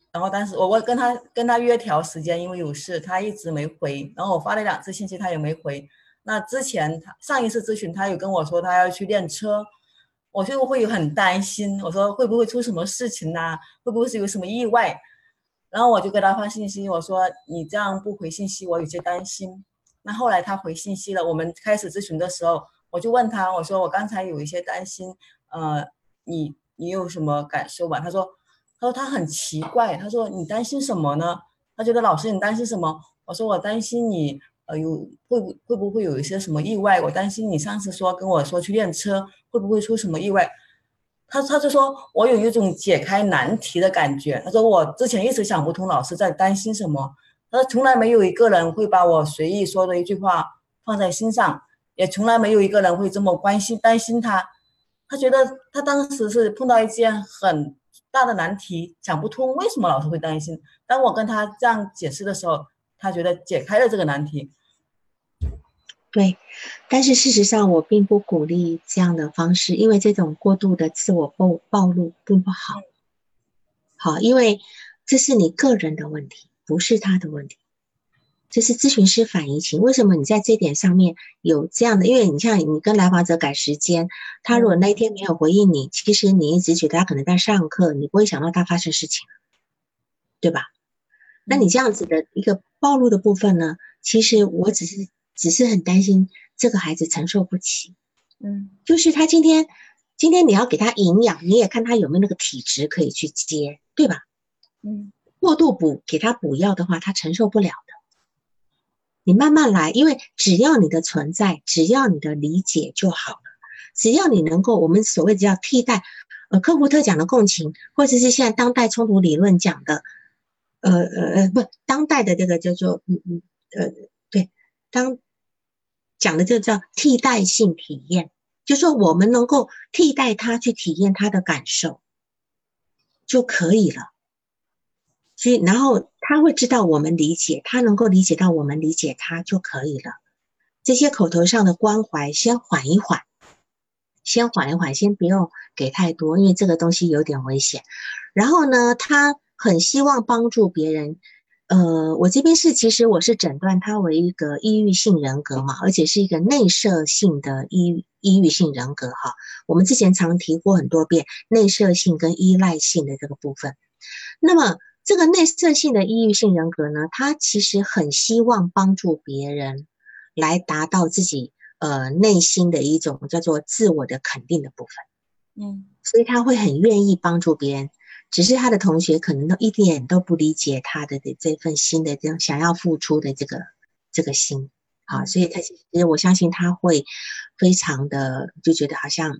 然后当时我跟他约调时间，因为有事，他一直没回。然后我发了2次信息，他也没回。那之前他上一次咨询，他有跟我说他要去练车，我就会有很担心，我说会不会出什么事情呐、会不会是有什么意外？然后我就给他发信息，我说你这样不回信息，我有些担心。那后来他回信息了，我们开始咨询的时候，我就问他，我说我刚才有一些担心，你有什么感受吧？他说他很奇怪，他说你担心什么呢？他觉得老师你担心什么？我说我担心你会不会有一些什么意外？我担心你上次说跟我说去练车，会不会出什么意外？他就说我有一种解开难题的感觉。他说我之前一直想不通老师在担心什么。他说从来没有一个人会把我随意说的一句话放在心上，也从来没有一个人会这么关心担心他。他觉得他当时是碰到一件很大的难题，想不通为什么老师会担心。当我跟他这样解释的时候，他觉得解开了这个难题。 对，但是事实上我并不鼓励这样的方式，因为这种过度的自我暴露并不好。好，因为这是你个人的问题，不是他的问题。这是咨询师反移情，为什么你在这点上面有这样的？因为你像你跟来访者改时间，他如果那一天没有回应你，其实你一直觉得他可能在上课，你不会想到他发生事情，对吧？那你这样子的一个暴露的部分呢，其实我只是很担心这个孩子承受不起。就是他今天你要给他营养，你也看他有没有那个体质可以去接，对吧？过度给他补药的话，他承受不了的。你慢慢来，因为只要你的存在，只要你的理解就好了。只要你能够，我们所谓的叫替代，科胡特讲的共情，或者是现在当代冲突理论讲的，不，当代的这个叫做，对，讲的就叫替代性体验，就说我们能够替代他去体验他的感受就可以了。所以，然后他会知道我们理解，他能够理解到我们理解他就可以了。这些口头上的关怀，先缓一缓，先不用给太多，因为这个东西有点危险。然后呢，他很希望帮助别人。我这边其实我是诊断他为一个抑郁性人格嘛，而且是一个内射性的抑郁性人格哈。我们之前常提过很多遍内射性跟依赖性的这个部分。那么这个内射性的抑郁性人格呢，他其实很希望帮助别人来达到自己内心的一种叫做自我的肯定的部分。所以他会很愿意帮助别人，只是他的同学可能都一点都不理解他的这份心的这种想要付出的这个心。好，所以他其实我相信他会非常的就觉得好像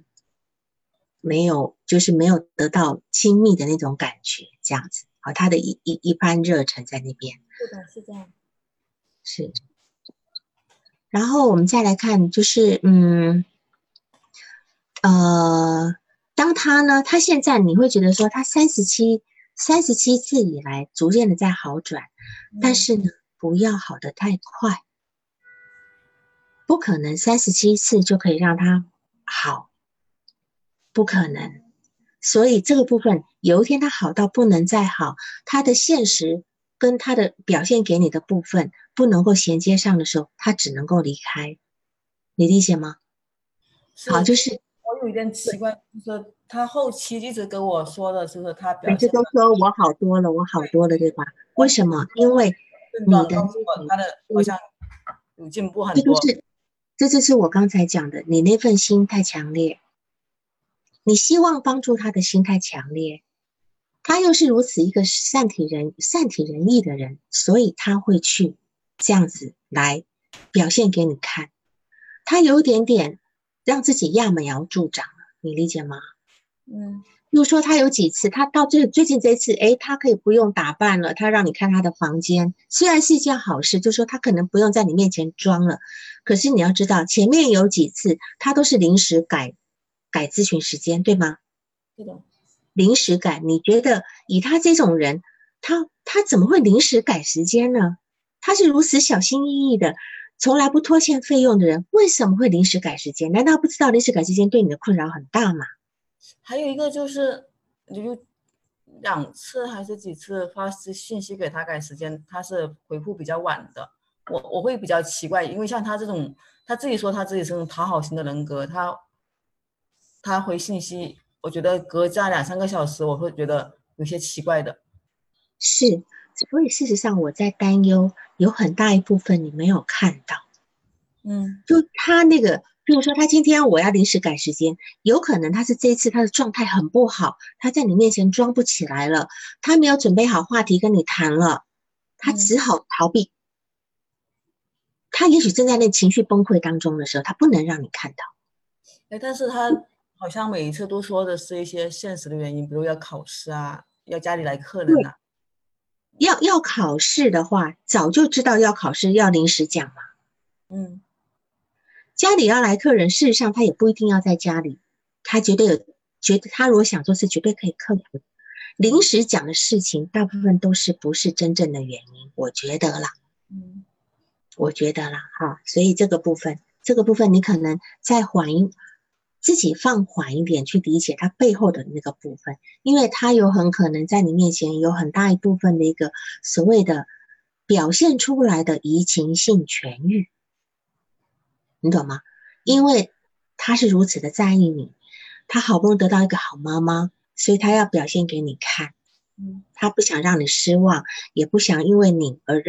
就是没有得到亲密的那种感觉，这样子。好，他的一番热忱在那边。 是的，是这样。 是。然后我们再来看，就是当他呢，他现在你会觉得说他37次以来逐渐的在好转，但是呢，不要好得太快，不可能37次就可以让他好，不可能。所以这个部分有一天他好到不能再好，他的现实跟他的表现给你的部分不能够衔接上的时候，他只能够离开，你理解吗？好，就是我有一点奇怪，就是他后期一直跟我说的，就是他表每次现都说我好多了，我好多了，对吧？为什么？因为症状你的告诉我他的好像有进步很多。 这就是这就是我刚才讲的，你那份心太强烈，你希望帮助他的心太强烈，他又是如此一个善体人意的人，所以他会去这样子来表现给你看，他有点点让自己揠苗助长了，你理解吗？比如说他有几次，他到最近这一次，他可以不用打扮了，他让你看他的房间，虽然是一件好事，就是说他可能不用在你面前装了，可是你要知道，前面有几次他都是临时改咨询时间，对吗？ 是的。 临时改，你觉得以他这种人，他怎么会临时改时间呢？他是如此小心翼翼的，从来不拖欠费用的人，为什么会临时改时间？难道不知道临时改时间对你的困扰很大吗？ 还有一个就是， 2次还是几次发信息给他改时间，他是回复比较晚的。我会比较奇怪，因为像他这种，他自己说他自己是种讨好型的人格，他回信息，我觉得隔这2、3个小时，我会觉得有些奇怪的。 是，所以事实上我在担忧，有很大一部分你没有看到。就他那个，比如说他今天我要临时改时间，有可能他是这一次他的状态很不好，他在你面前装不起来了，他没有准备好话题跟你谈了，他只好逃避。他也许正在那情绪崩溃当中的时候，他不能让你看到。 但是他好像每一次都说的是一些现实的原因，比如要考试啊，要家里来客人啊。 要考试的话，早就知道要考试，要临时讲嘛。家里要来客人，事实上他也不一定要在家里，他觉得他如果想做事，绝对可以克服。临时讲的事情，大部分都是不是真正的原因，我觉得啦。我觉得啦，哈，所以这个部分你可能再自己放缓一点去理解它背后的那个部分，因为它有很可能在你面前有很大一部分的一个所谓的表现出来的移情性痊愈，你懂吗？因为他是如此的在意你，他好不容易得到一个好妈妈，所以他要表现给你看。他不想让你失望，也不想因为你而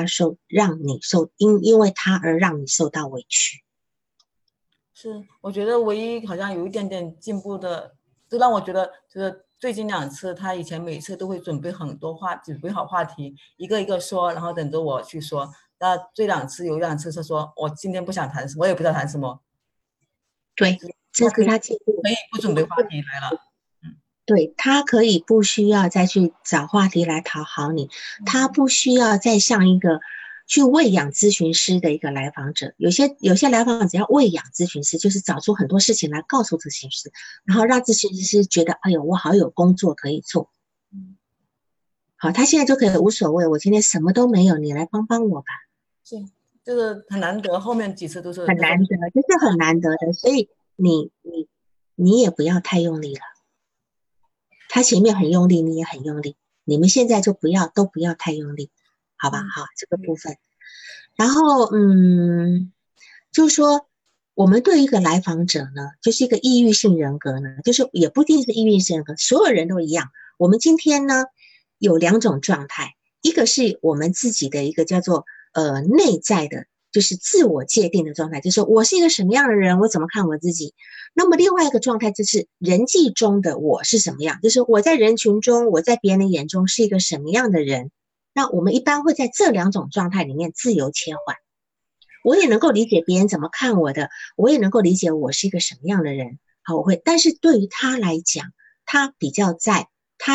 因为他而让你受到委屈。 是，我觉得唯一好像有一点点进步的，就让我觉得就是最近2次，他以前每次都会准备准备好话题，一个一个说，然后等着我去说。那有2次是说我今天不想谈什么，我也不知道谈什么。 对，这是他进步， 可以不准备话题来了。 对，他可以不需要再去找话题来讨好你，他不需要再像一个去喂养咨询师的一个来访者。有些来访者要喂养咨询师，就是找出很多事情来告诉咨询师，然后让咨询师觉得，哎呦，我好有工作可以做。好，他现在就可以无所谓，我今天什么都没有，你来帮帮我吧。 是，就是很难得，后面几次都是很难得，这是很难得的，所以你也不要太用力了。他前面很用力，你也很用力，你们现在就都不要太用力，好吧？好，这个部分。然后就是说，我们对一个来访者呢，就是一个抑郁性人格呢，就是也不一定是抑郁性人格，所有人都一样。我们今天呢有2种状态，一个是我们自己的一个叫做内在的，就是自我界定的状态，就是我是一个什么样的人，我怎么看我自己。那么另外一个状态就是人际中的我是什么样，就是我在人群中，我在别人的眼中是一个什么样的人。那我们一般会在这2种状态里面自由切换。我也能够理解别人怎么看我的，我也能够理解我是一个什么样的人。好，但是对于他来讲，他比较在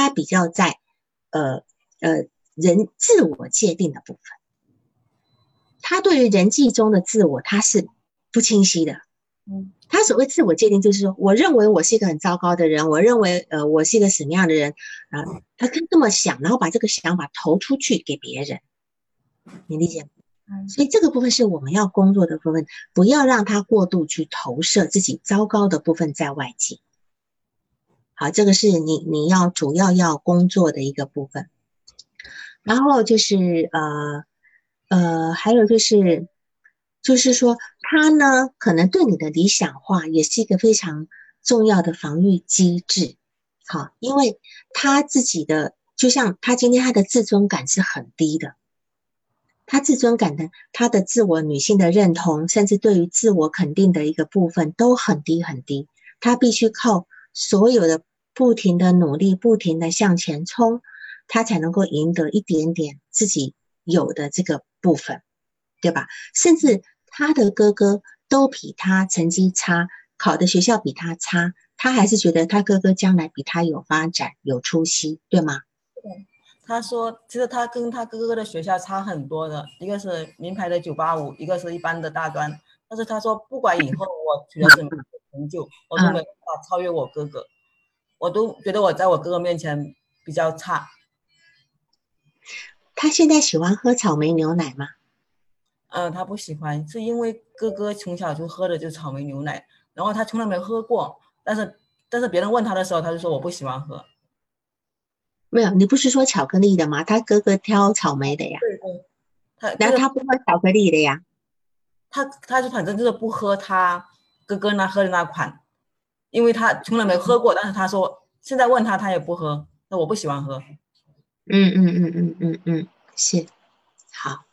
人自我界定的部分，他对于人际中的自我他是不清晰的。他所谓自我界定就是说，我认为我是一个很糟糕的人，我认为我是一个什么样的人啊？他这么想，然后把这个想法投出去给别人，你理解吗？所以这个部分是我们要工作的部分，不要让他过度去投射自己糟糕的部分在外界。好，这个是你主要要工作的一个部分。然后就是还有就是说他呢可能对你的理想化也是一个非常重要的防御机制。好，因为他自己的就像他今天他的自尊感是很低的，他自尊感的他的自我女性的认同，甚至对于自我肯定的一个部分都很低很低，他必须靠所有的不停的努力，不停的向前冲，他才能够赢得一点点自己有的这个部分，对吧？甚至他的哥哥都比他成绩差，考的学校比他差，他还是觉得他哥哥将来比他有发展有出息，对吗？ 对，他说其实他跟他哥哥的学校差很多的，一个是名牌的985，一个是一般的大专，但是他说不管以后我取得什么成就，我都没办法超越我哥哥，我都觉得我在我哥哥面前比较差。 他现在喜欢喝草莓牛奶吗？ 他不喜欢，是因为哥哥从小就喝的就是草莓牛奶，然后他从来没喝过，但是别人问他的时候，他就说我不喜欢喝。 没有，你不是说巧克力的吗？他哥哥挑草莓的呀， 对对，他就是然后他不喝巧克力的呀。 他就反正就是不喝他哥哥喝的那款，因为他从来没喝过，但是他说现在问他他也不喝，那我不喜欢喝。 是好。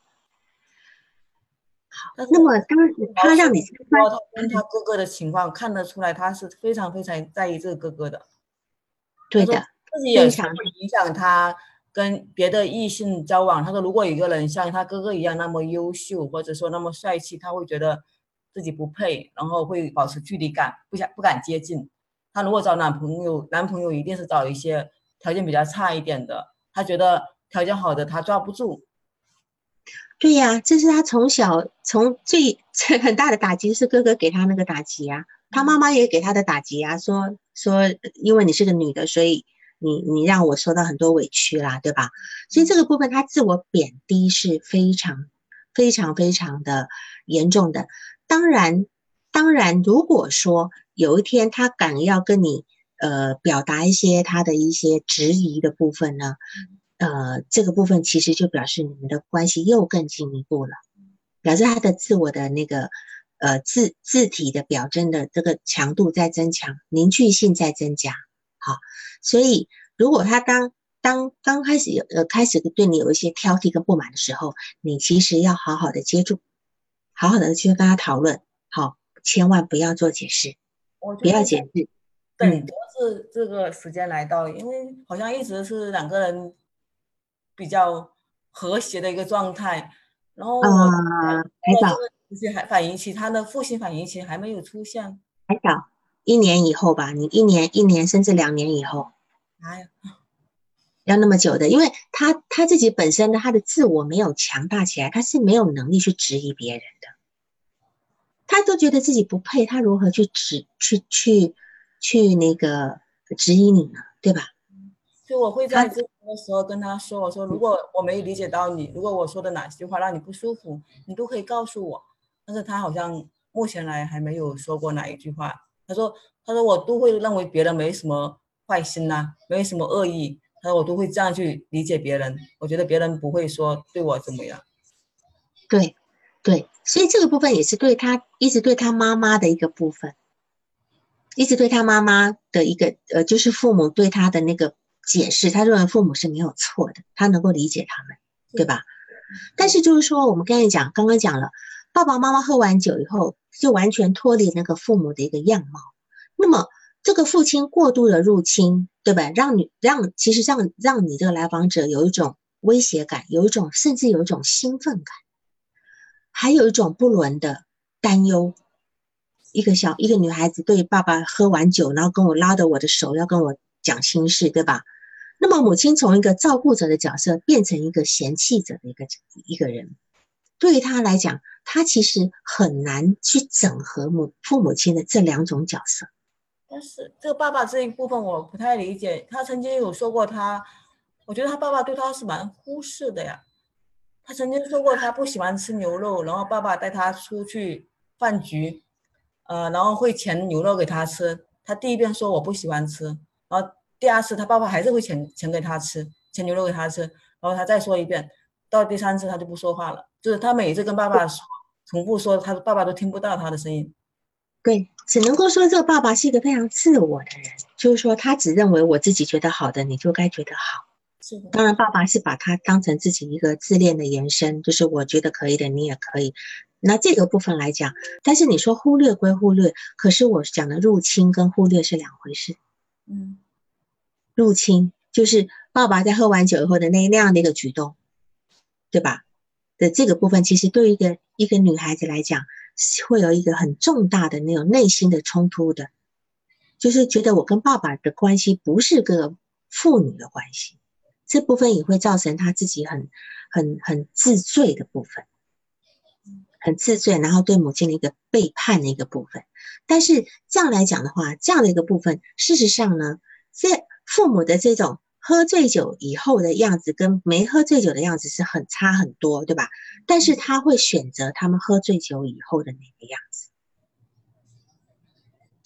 但是那么当描述他让你参观， 说他跟他哥哥的情况，看得出来他是非常非常在意这个哥哥的。他说对的， 自己也是非常会影响他跟别的异性交往。他说，如果有一个人像他哥哥一样那么优秀，或者说那么帅气，他会觉得自己不配，然后会保持距离感，不敢接近。他如果找男朋友一定是找一些条件比较差一点的，他觉得条件好的他抓不住。 对呀，这是他从小这很大的打击是哥哥给他那个打击呀，他妈妈也给他的打击啊，说因为你是个女的，所以你让我受到很多委屈啦，对吧？所以这个部分他自我贬低是非常的严重的。当然，如果说有一天他敢要跟你表达一些他的一些质疑的部分呢？这个部分其实就表示你们的关系又更进一步了，表示他的自我的那个字体的表征的这个强度在增强，凝聚性在增加。好，所以如果他当刚开始开始对你有一些挑剔跟不满的时候，你其实要好好的接住，好好的去跟他讨论，好，千万不要做解释，不我就在想， 要解释。 等着是这个时间来到，因为好像一直是两个人比较和谐的一个状态。然后我还早。 到了这个时期还反应期，他的父亲反应期还没有出现。 还早，1年以后吧，你一年甚至2年以后， 哎呀， 要那么久的，因为他自己本身的他的自我没有强大起来，他是没有能力去质疑别人的，他都觉得自己不配，他如何去去那个质疑你呢？对吧？ 所以我会他在这个时候跟他说，我说如果我没理解到你，如果我说的哪句话让你不舒服，你都可以告诉我。但是他好像目前来还没有说过哪一句话。他说我都会认为别人没什么坏心呐、没什么恶意。他说我都会这样去理解别人，我觉得别人不会说对我怎么样。 对对，所以这个部分也是对他一直对他妈妈的一个部分，一直对他妈妈的一个就是父母对他的那个解释，他认为父母是没有错的，他能够理解他们，对吧？但是就是说，我们刚刚讲了，爸爸妈妈喝完酒以后，就完全脱离那个父母的一个样貌。那么这个父亲过度的入侵，对吧？其实让你这个来访者有一种威胁感，甚至有一种兴奋感，还有一种不伦的担忧。一个女孩子对爸爸喝完酒，然后跟我拉着我的手要跟我讲心事，对吧？那么母亲从一个照顾者的角色变成一个嫌弃者的一个人，对于他来讲，他其实很难去整合父母亲的这两种角色。 但是这个爸爸这一部分我不太理解。他曾经有说过我觉得他爸爸对他是蛮忽视的呀。他曾经说过他不喜欢吃牛肉，然后爸爸带他出去饭局，然后会钱牛肉给他吃。他第一遍说我不喜欢吃，然后第二次他爸爸还是会钱给他吃，钱牛肉给他吃，然后他再说一遍，到第三次他就不说话了，就是他每次跟爸爸说，重复说，他爸爸都听不到他的声音。 对，只能够说这个爸爸是一个非常自我的人，就是说他只认为我自己觉得好的，你就该觉得好。 是的。 当然，爸爸是把他当成自己一个自恋的延伸，就是我觉得可以的，你也可以。那这个部分来讲，但是你说忽略归忽略，可是我讲的入侵跟忽略是两回事。 嗯。 入侵就是爸爸在喝完酒以后的那样的一个举动，对吧？的这个部分，其实对于一个女孩子来讲，会有一个很重大的那种内心的冲突的，就是觉得我跟爸爸的关系不是个父女的关系，这部分也会造成他自己很自罪的部分，很自罪，然后对母亲的一个背叛的一个部分。但是这样来讲的话，这样的一个部分，事实上呢，在父母的这种喝醉酒以后的样子跟没喝醉酒的样子是差很多，对吧？但是他会选择他们喝醉酒以后的那个样子。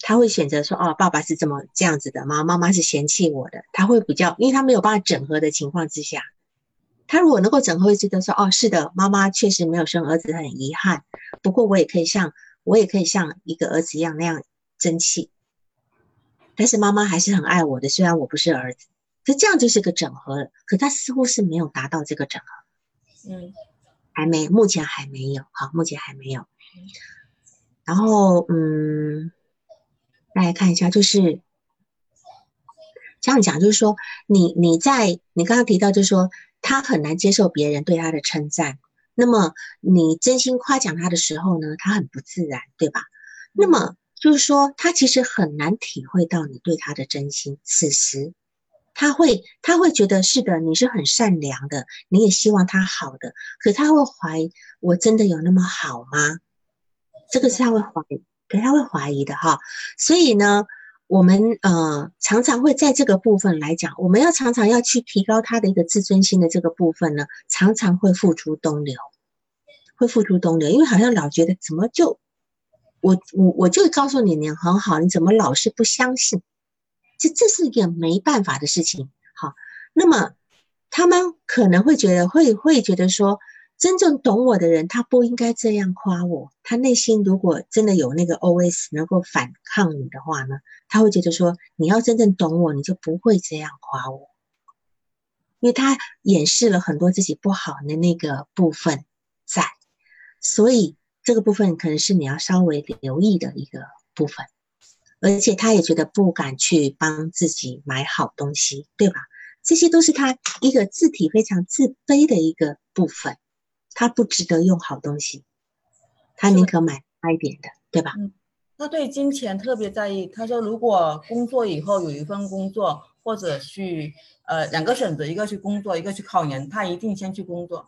他会选择说，哦，爸爸是这样子的，妈妈是嫌弃我的，他会比较，因为他没有办法整合的情况之下，他如果能够整合，会觉得说，哦，是的，妈妈确实没有生儿子，很遗憾，不过我也可以像一个儿子一样那样争气，但是妈妈还是很爱我的，虽然我不是儿子，可这样就是个整合了，可他似乎是没有达到这个整合， 嗯目前还没有，好，目前还没有。然后，再来看一下，就是这样讲，就是说，你刚刚提到，就是说他很难接受别人对他的称赞，那么你真心夸奖他的时候呢，他很不自然，对吧？那么就是说，他其实很难体会到你对他的真心。此时，他会觉得是的，你是很善良的，你也希望他好的，可他会怀疑，我真的有那么好吗？这个是他会怀疑，可他会怀疑的哈。所以呢，我们常常会在这个部分来讲，我们常常要去提高他的一个自尊心的这个部分呢，常常会付诸东流，会付诸东流，因为好像老觉得怎么就我就告诉你很好，你怎么老是不相信？这是一个没办法的事情。好，那么他们可能会觉得会觉得说，真正懂我的人，他不应该这样夸我。他内心如果真的有那个 OS 能够反抗你的话呢，他会觉得说，你要真正懂我，你就不会这样夸我，因为他掩饰了很多自己不好的那个部分在，所以这个部分可能是你要稍微留意的一个部分。而且他也觉得不敢去帮自己买好东西，对吧？这些都是他一个自体非常自卑的一个部分，他不值得用好东西，他是的， 宁可买差一点的，对吧？ 他对金钱特别在意。他说，如果工作以后有一份工作，或者去两个选择，一个去工作，一个去考研，他一定先去工作。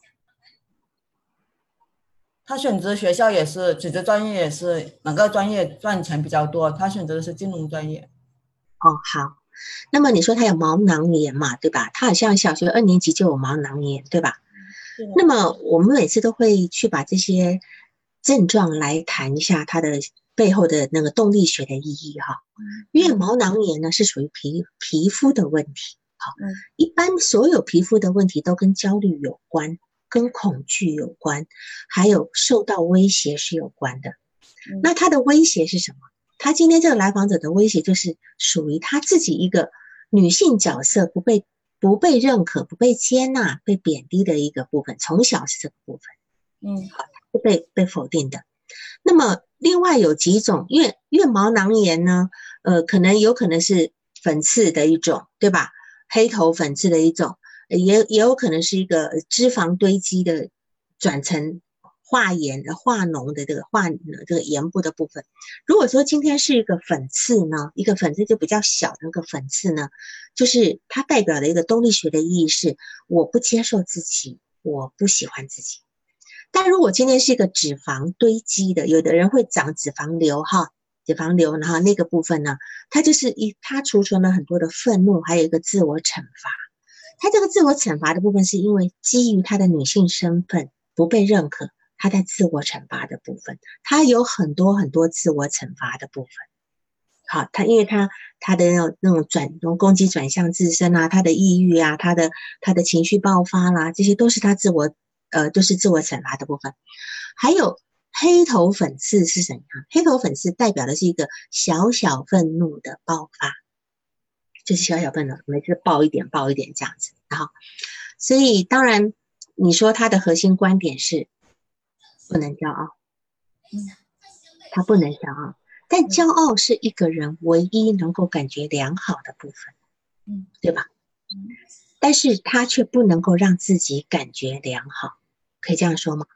他选择学校也是，选择专业也是哪个专业赚钱比较多，他选择的是金融专业。 哦，好。那么你说他有毛囊炎嘛，对吧？他好像小学2年级就有毛囊炎，对吧？ 是的， 那么我们每次都会去把这些症状来谈一下它的背后的那个动力学的意义哈。因为毛囊炎呢是属于皮肤的问题，好， 嗯一般所有皮肤的问题都跟焦虑有关，跟恐惧有关，还有受到威胁是有关的。那他的威胁是什么？他今天这个来访者的威胁就是属于他自己一个女性角色不被认可、不被接纳、被贬低的一个部分，从小是这个部分嗯是被否定的。那么另外有几种，因为毛囊炎呢，有可能是粉刺的一种，对吧？黑头粉刺的一种，也有可能是一个脂肪堆积的转成化炎、化脓的这个炎部的部分。如果说今天是一个粉刺呢，一个粉刺就比较小的那个粉刺呢，就是它代表的一个动力学的意义是，我不接受自己，我不喜欢自己。但如果今天是一个脂肪堆积的，有的人会长脂肪瘤哈，脂肪瘤，然后那个部分呢，它储存了很多的愤怒，还有一个自我惩罚。它这个自我惩罚的部分，是因为基于他的女性身份不被认可，他在自我惩罚的部分，他有很多很多自我惩罚的部分。好，因为他的那种攻击转向自身啊，他的抑郁啊，他的情绪爆发啦，这些都是都是自我惩罚的部分。还有黑头粉刺是怎样？黑头粉刺代表的是一个小小愤怒的爆发，就是小小愤怒，每次爆一点这样子。然后，所以当然你说他的核心观点是不能骄傲，他不能骄傲。但骄傲是一个人唯一能够感觉良好的部分，对吧？但是他却不能够让自己感觉良好，可以这样说吗？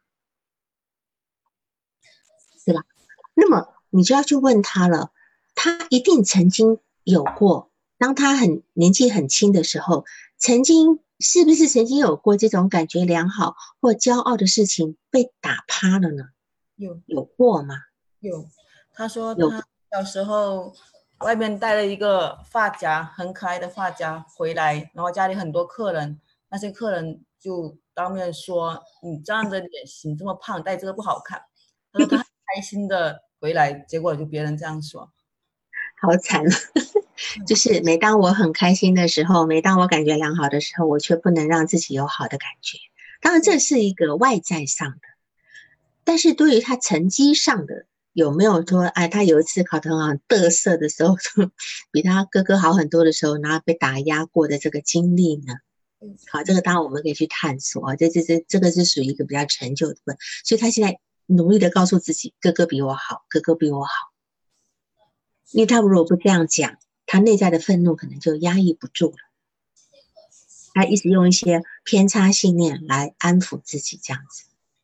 对吧？那么你就要去问他了，他一定曾经有过，当他年纪很轻的时候，是不是曾经有过这种感觉良好或骄傲的事情被打趴了呢？ 有有过吗？ 有，他说有， 他小时候外面带了一个发夹，很可爱的发夹回来，然后家里很多客人，那些客人就当面说：“你这样的脸型这么胖，戴这个不好看。”他说他很开心的回来，结果就别人这样说。 好惨啊！就是每当我很开心的时候，每当我感觉良好的时候，我却不能让自己有好的感觉。当然，这是一个外在上的，但是对于他成绩上的，有没有说，哎，他有一次考得很好，得瑟的时候，比他哥哥好很多的时候，然后被打压过的这个经历呢？好，这个当然我们可以去探索啊，这个是属于一个比较成就的部分，所以他现在努力的告诉自己，哥哥比我好，哥哥比我好。因为他如果不这样讲，他内在的愤怒可能就压抑不住了，他一直用一些偏差信念来安抚自己，这样子，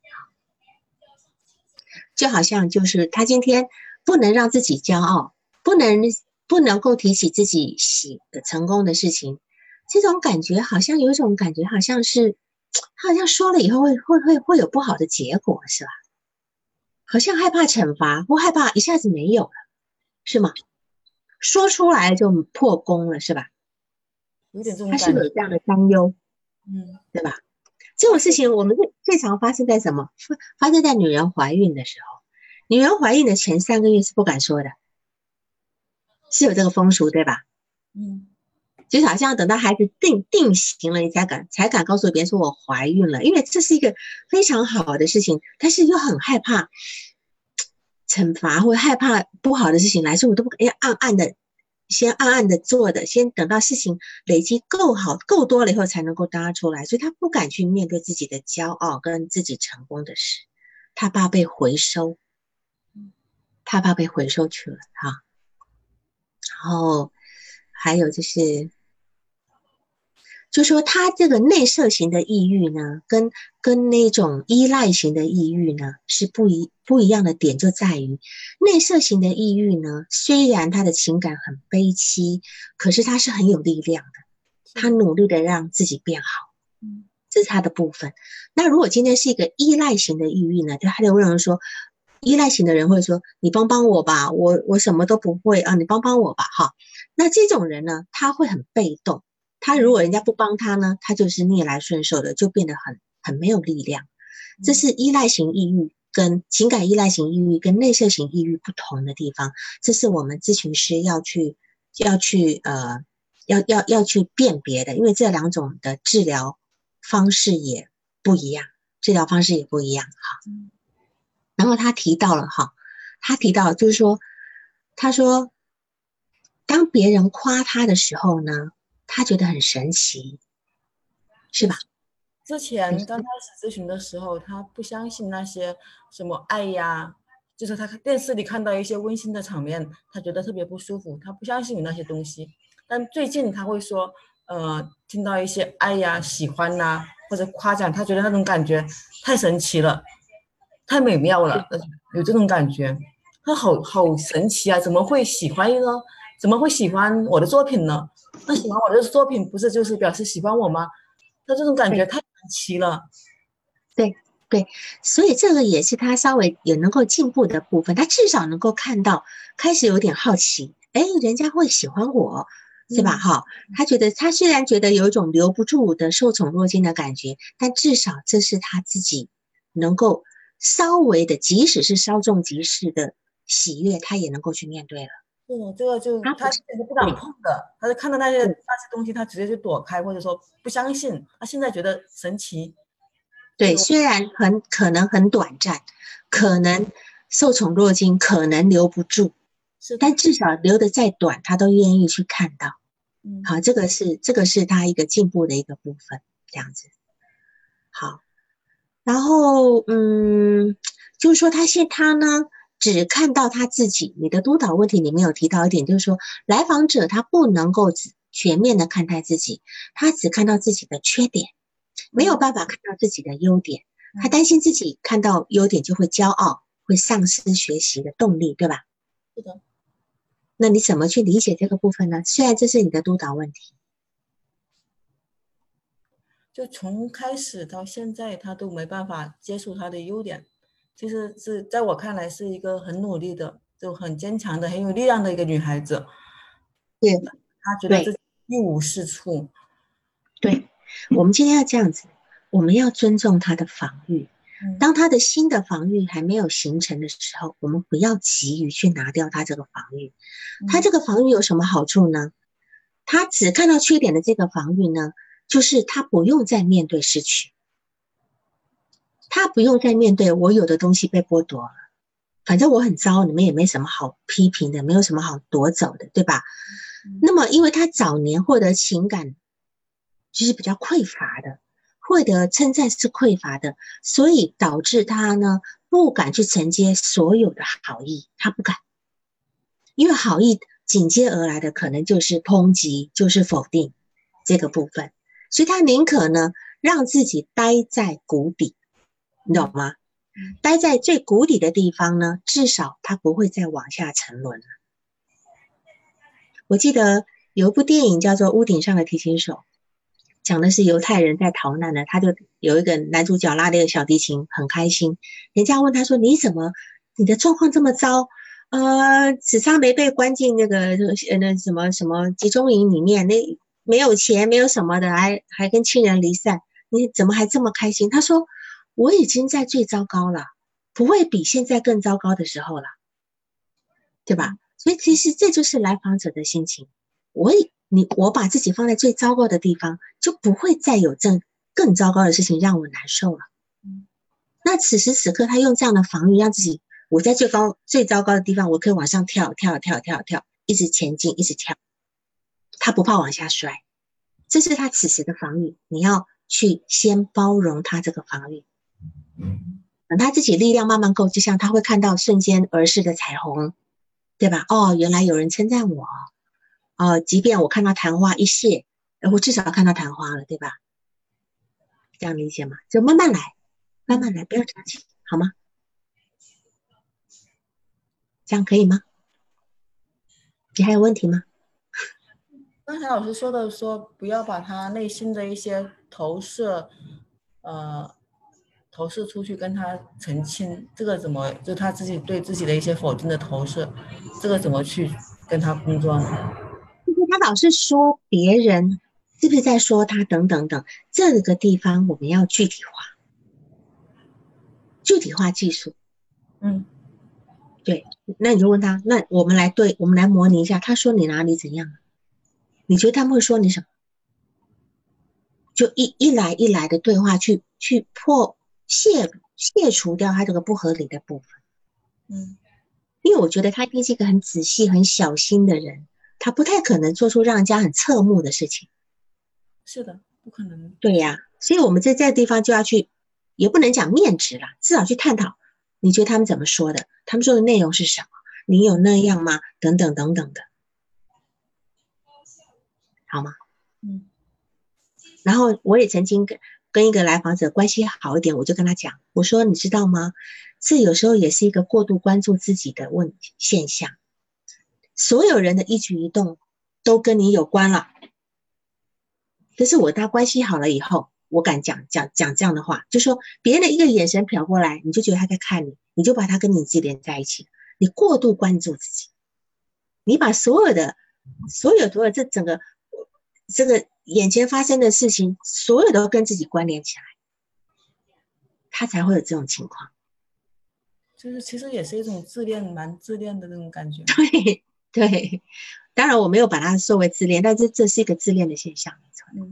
就好像就是他今天不能让自己骄傲，不能够提起自己成功的事情，这种感觉好像有一种感觉，好像是他好像说了以后会有不好的结果，是吧？好像害怕惩罚，或害怕一下子没有了，是吗？说出来就破功了，是吧？ 有点这种他是不感觉。 是有这样的担忧， 嗯， 对吧？这种事情我们最常发生在什么？发生在女人怀孕的时候。女人怀孕的前3个月是不敢说的，是有这个风俗，对吧？ 嗯， 就是好像等到孩子定型了，你才敢告诉别人说我怀孕了，因为这是一个非常好的事情，但是又很害怕惩罚或害怕不好的事情来，所以我都不要先暗暗的做的，先等到事情累积够好够多了以后才能够搭出来，所以他不敢去面对自己的骄傲跟自己成功的事，他怕被回收，他怕被回收去了哈。然后还有就说他这个内射型的抑郁呢，跟那种依赖型的抑郁呢是不一样的点，就在于内射型的抑郁呢，虽然他的情感很悲戚，可是他是很有力量的，他努力的让自己变好，这是他的部分。那如果今天是一个依赖型的抑郁呢，就他就会有人说，依赖型的人会说，你帮帮我吧，我什么都不会啊，你帮帮我吧，哈。那这种人呢，他会很被动。他如果人家不帮他呢，他就是逆来顺受的，就变得很没有力量。这是依赖型抑郁跟情感依赖型抑郁跟内射型抑郁不同的地方，这是我们咨询师要去辨别的，因为这2种的治疗方式也不一样，哈。然后他提到了哈，他提到就是说，他说当别人夸他的时候呢，他觉得很神奇，是吧？ 之前刚开始咨询的时候，他不相信那些什么爱呀，就是他电视里看到一些温馨的场面，他觉得特别不舒服，他不相信有那些东西。但最近他会说，听到一些爱呀、喜欢呐、或者夸奖，他觉得那种感觉太神奇了，太美妙了，有这种感觉。他好神奇啊！怎么会喜欢呢？怎么会喜欢我的作品呢？那喜欢我的作品不是就是表示喜欢我吗？他这种感觉对太神奇了。 对对，所以这个也是他稍微也能够进步的部分，他至少能够看到，开始有点好奇，哎，人家会喜欢我，是吧？哈，他虽然觉得有一种留不住的受宠若惊的感觉，但至少这是他自己能够稍微的，即使是稍纵即逝的喜悦，他也能够去面对了。 这个就他之他不是前是不敢对碰的，他就看到那些对东西，他直接就躲开，或者说不相信。他现在觉得神奇，这对， 个虽然可能很短暂，可能受宠若惊，可能留不住， 是的， 但至少留的再短，他都愿意去看到。好，这个是他一个进步的一个部分，这样子。好，然后就是说他呢只看到他自己。你的督导问题里面有提到一点，就是说来访者他不能够全面的看待自己，他只看到自己的缺点，没有办法看到自己的优点。他担心自己看到优点就会骄傲，会丧失学习的动力，对吧？ 是的。 那你怎么去理解这个部分呢？虽然这是你的督导问题。 就从开始到现在，他都没办法接受他的优点。其实是在我看来，是一个很努力的，就很坚强的、很有力量的一个女孩子。 对她觉得自对己一无是处。 对，我们今天要这样子，我们要尊重他的防御。 嗯当他的新的防御还没有形成的时候，我们不要急于去拿掉他这个防御。他这个防御有什么好处呢？他只看到缺点的这个防御呢，就是他不用再面对失去，他不用再面对我有的东西被剥夺了，反正我很糟，你们也没什么好批评的，没有什么好夺走的，对吧？那么因为他早年获得情感就是比较匮乏的，获得称赞是匮乏的，所以导致他呢不敢去承接所有的好意，他不敢，因为好意紧接而来的可能就是抨击，就是否定这个部分，所以他宁可呢让自己待在谷底，你懂吗？待在最谷底的地方呢，至少他不会再往下沉沦了。我记得有一部电影叫做《屋顶上的提琴手》，讲的是犹太人在逃难呢，他就有一个男主角拉了一个小提琴，很开心。人家问他说：“你怎么，你的状况这么糟？只差没被关进那什么什么集中营里面，那没有钱，没有什么的，还跟亲人离散，你怎么还这么开心？”他说：“我已经在最糟糕了，不会比现在更糟糕的时候了，对吧？”所以其实这就是来访者的心情。我把自己放在最糟糕的地方，就不会再有更糟糕的事情让我难受了。那此时此刻，他用这样的防御，让自己我在最糟糕的地方，我可以往上跳，一直前进，一直跳，他不怕往下摔。这是他此时的防御，你要去先包容他这个防御。等他自己力量慢慢够，就像他会看到瞬间而逝的彩虹，对吧？哦，原来有人称赞我。即便我看到昙花一谢，我至少看到昙花了，对吧？这样理解吗？就慢慢来，慢慢来，不要着急，好吗？这样可以吗？你还有问题吗？ 刚才老师说的不要把他内心的一些投射，投射出去跟他澄清，这个怎么就他自己对自己的一些否定的投射，这个怎么去跟他工作呢？ 他老是说别人是不是在说他等等等，这个地方我们要具体化技术。对，那你就问他，那我们来模拟一下，他说你哪里怎样？你觉得他们会说你什么？就一来一来的对话去卸除掉他这个不合理的部分。因为我觉得他一定是一个很仔细、很小心的人，他不太可能做出让人家很侧目的事情。 是的，不可能。 对呀，所以我们在这个地方就要去，也不能讲面质啦，至少去探讨，你觉得他们怎么说的？他们说的内容是什么？你有那样吗？等等等等的，好吗？然后我也曾经跟一个来访者关系好一点，我就跟他讲，我说你知道吗？这有时候也是一个过度关注自己的现象。所有人的一举一动都跟你有关了。可是我跟他关系好了以后，我敢讲这样的话，就说别人的一个眼神瞟过来，你就觉得他在看你，你就把他跟你自己连在一起，你过度关注自己，你把所有的这整个这个眼前发生的事情，所有都跟自己关联起来，他才会有这种情况。 就是其实也是一种自恋，蛮自恋的那种感觉。 对，当然我没有把它说为自恋，但是这是一个自恋的现象，没错。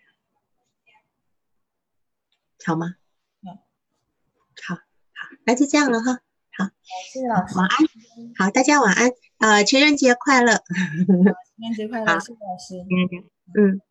好吗？好，那就这样了哈。好， 谢谢老师， 晚安。好，大家晚安。情人节快乐！ 情人节快乐，谢谢老师。 情人节，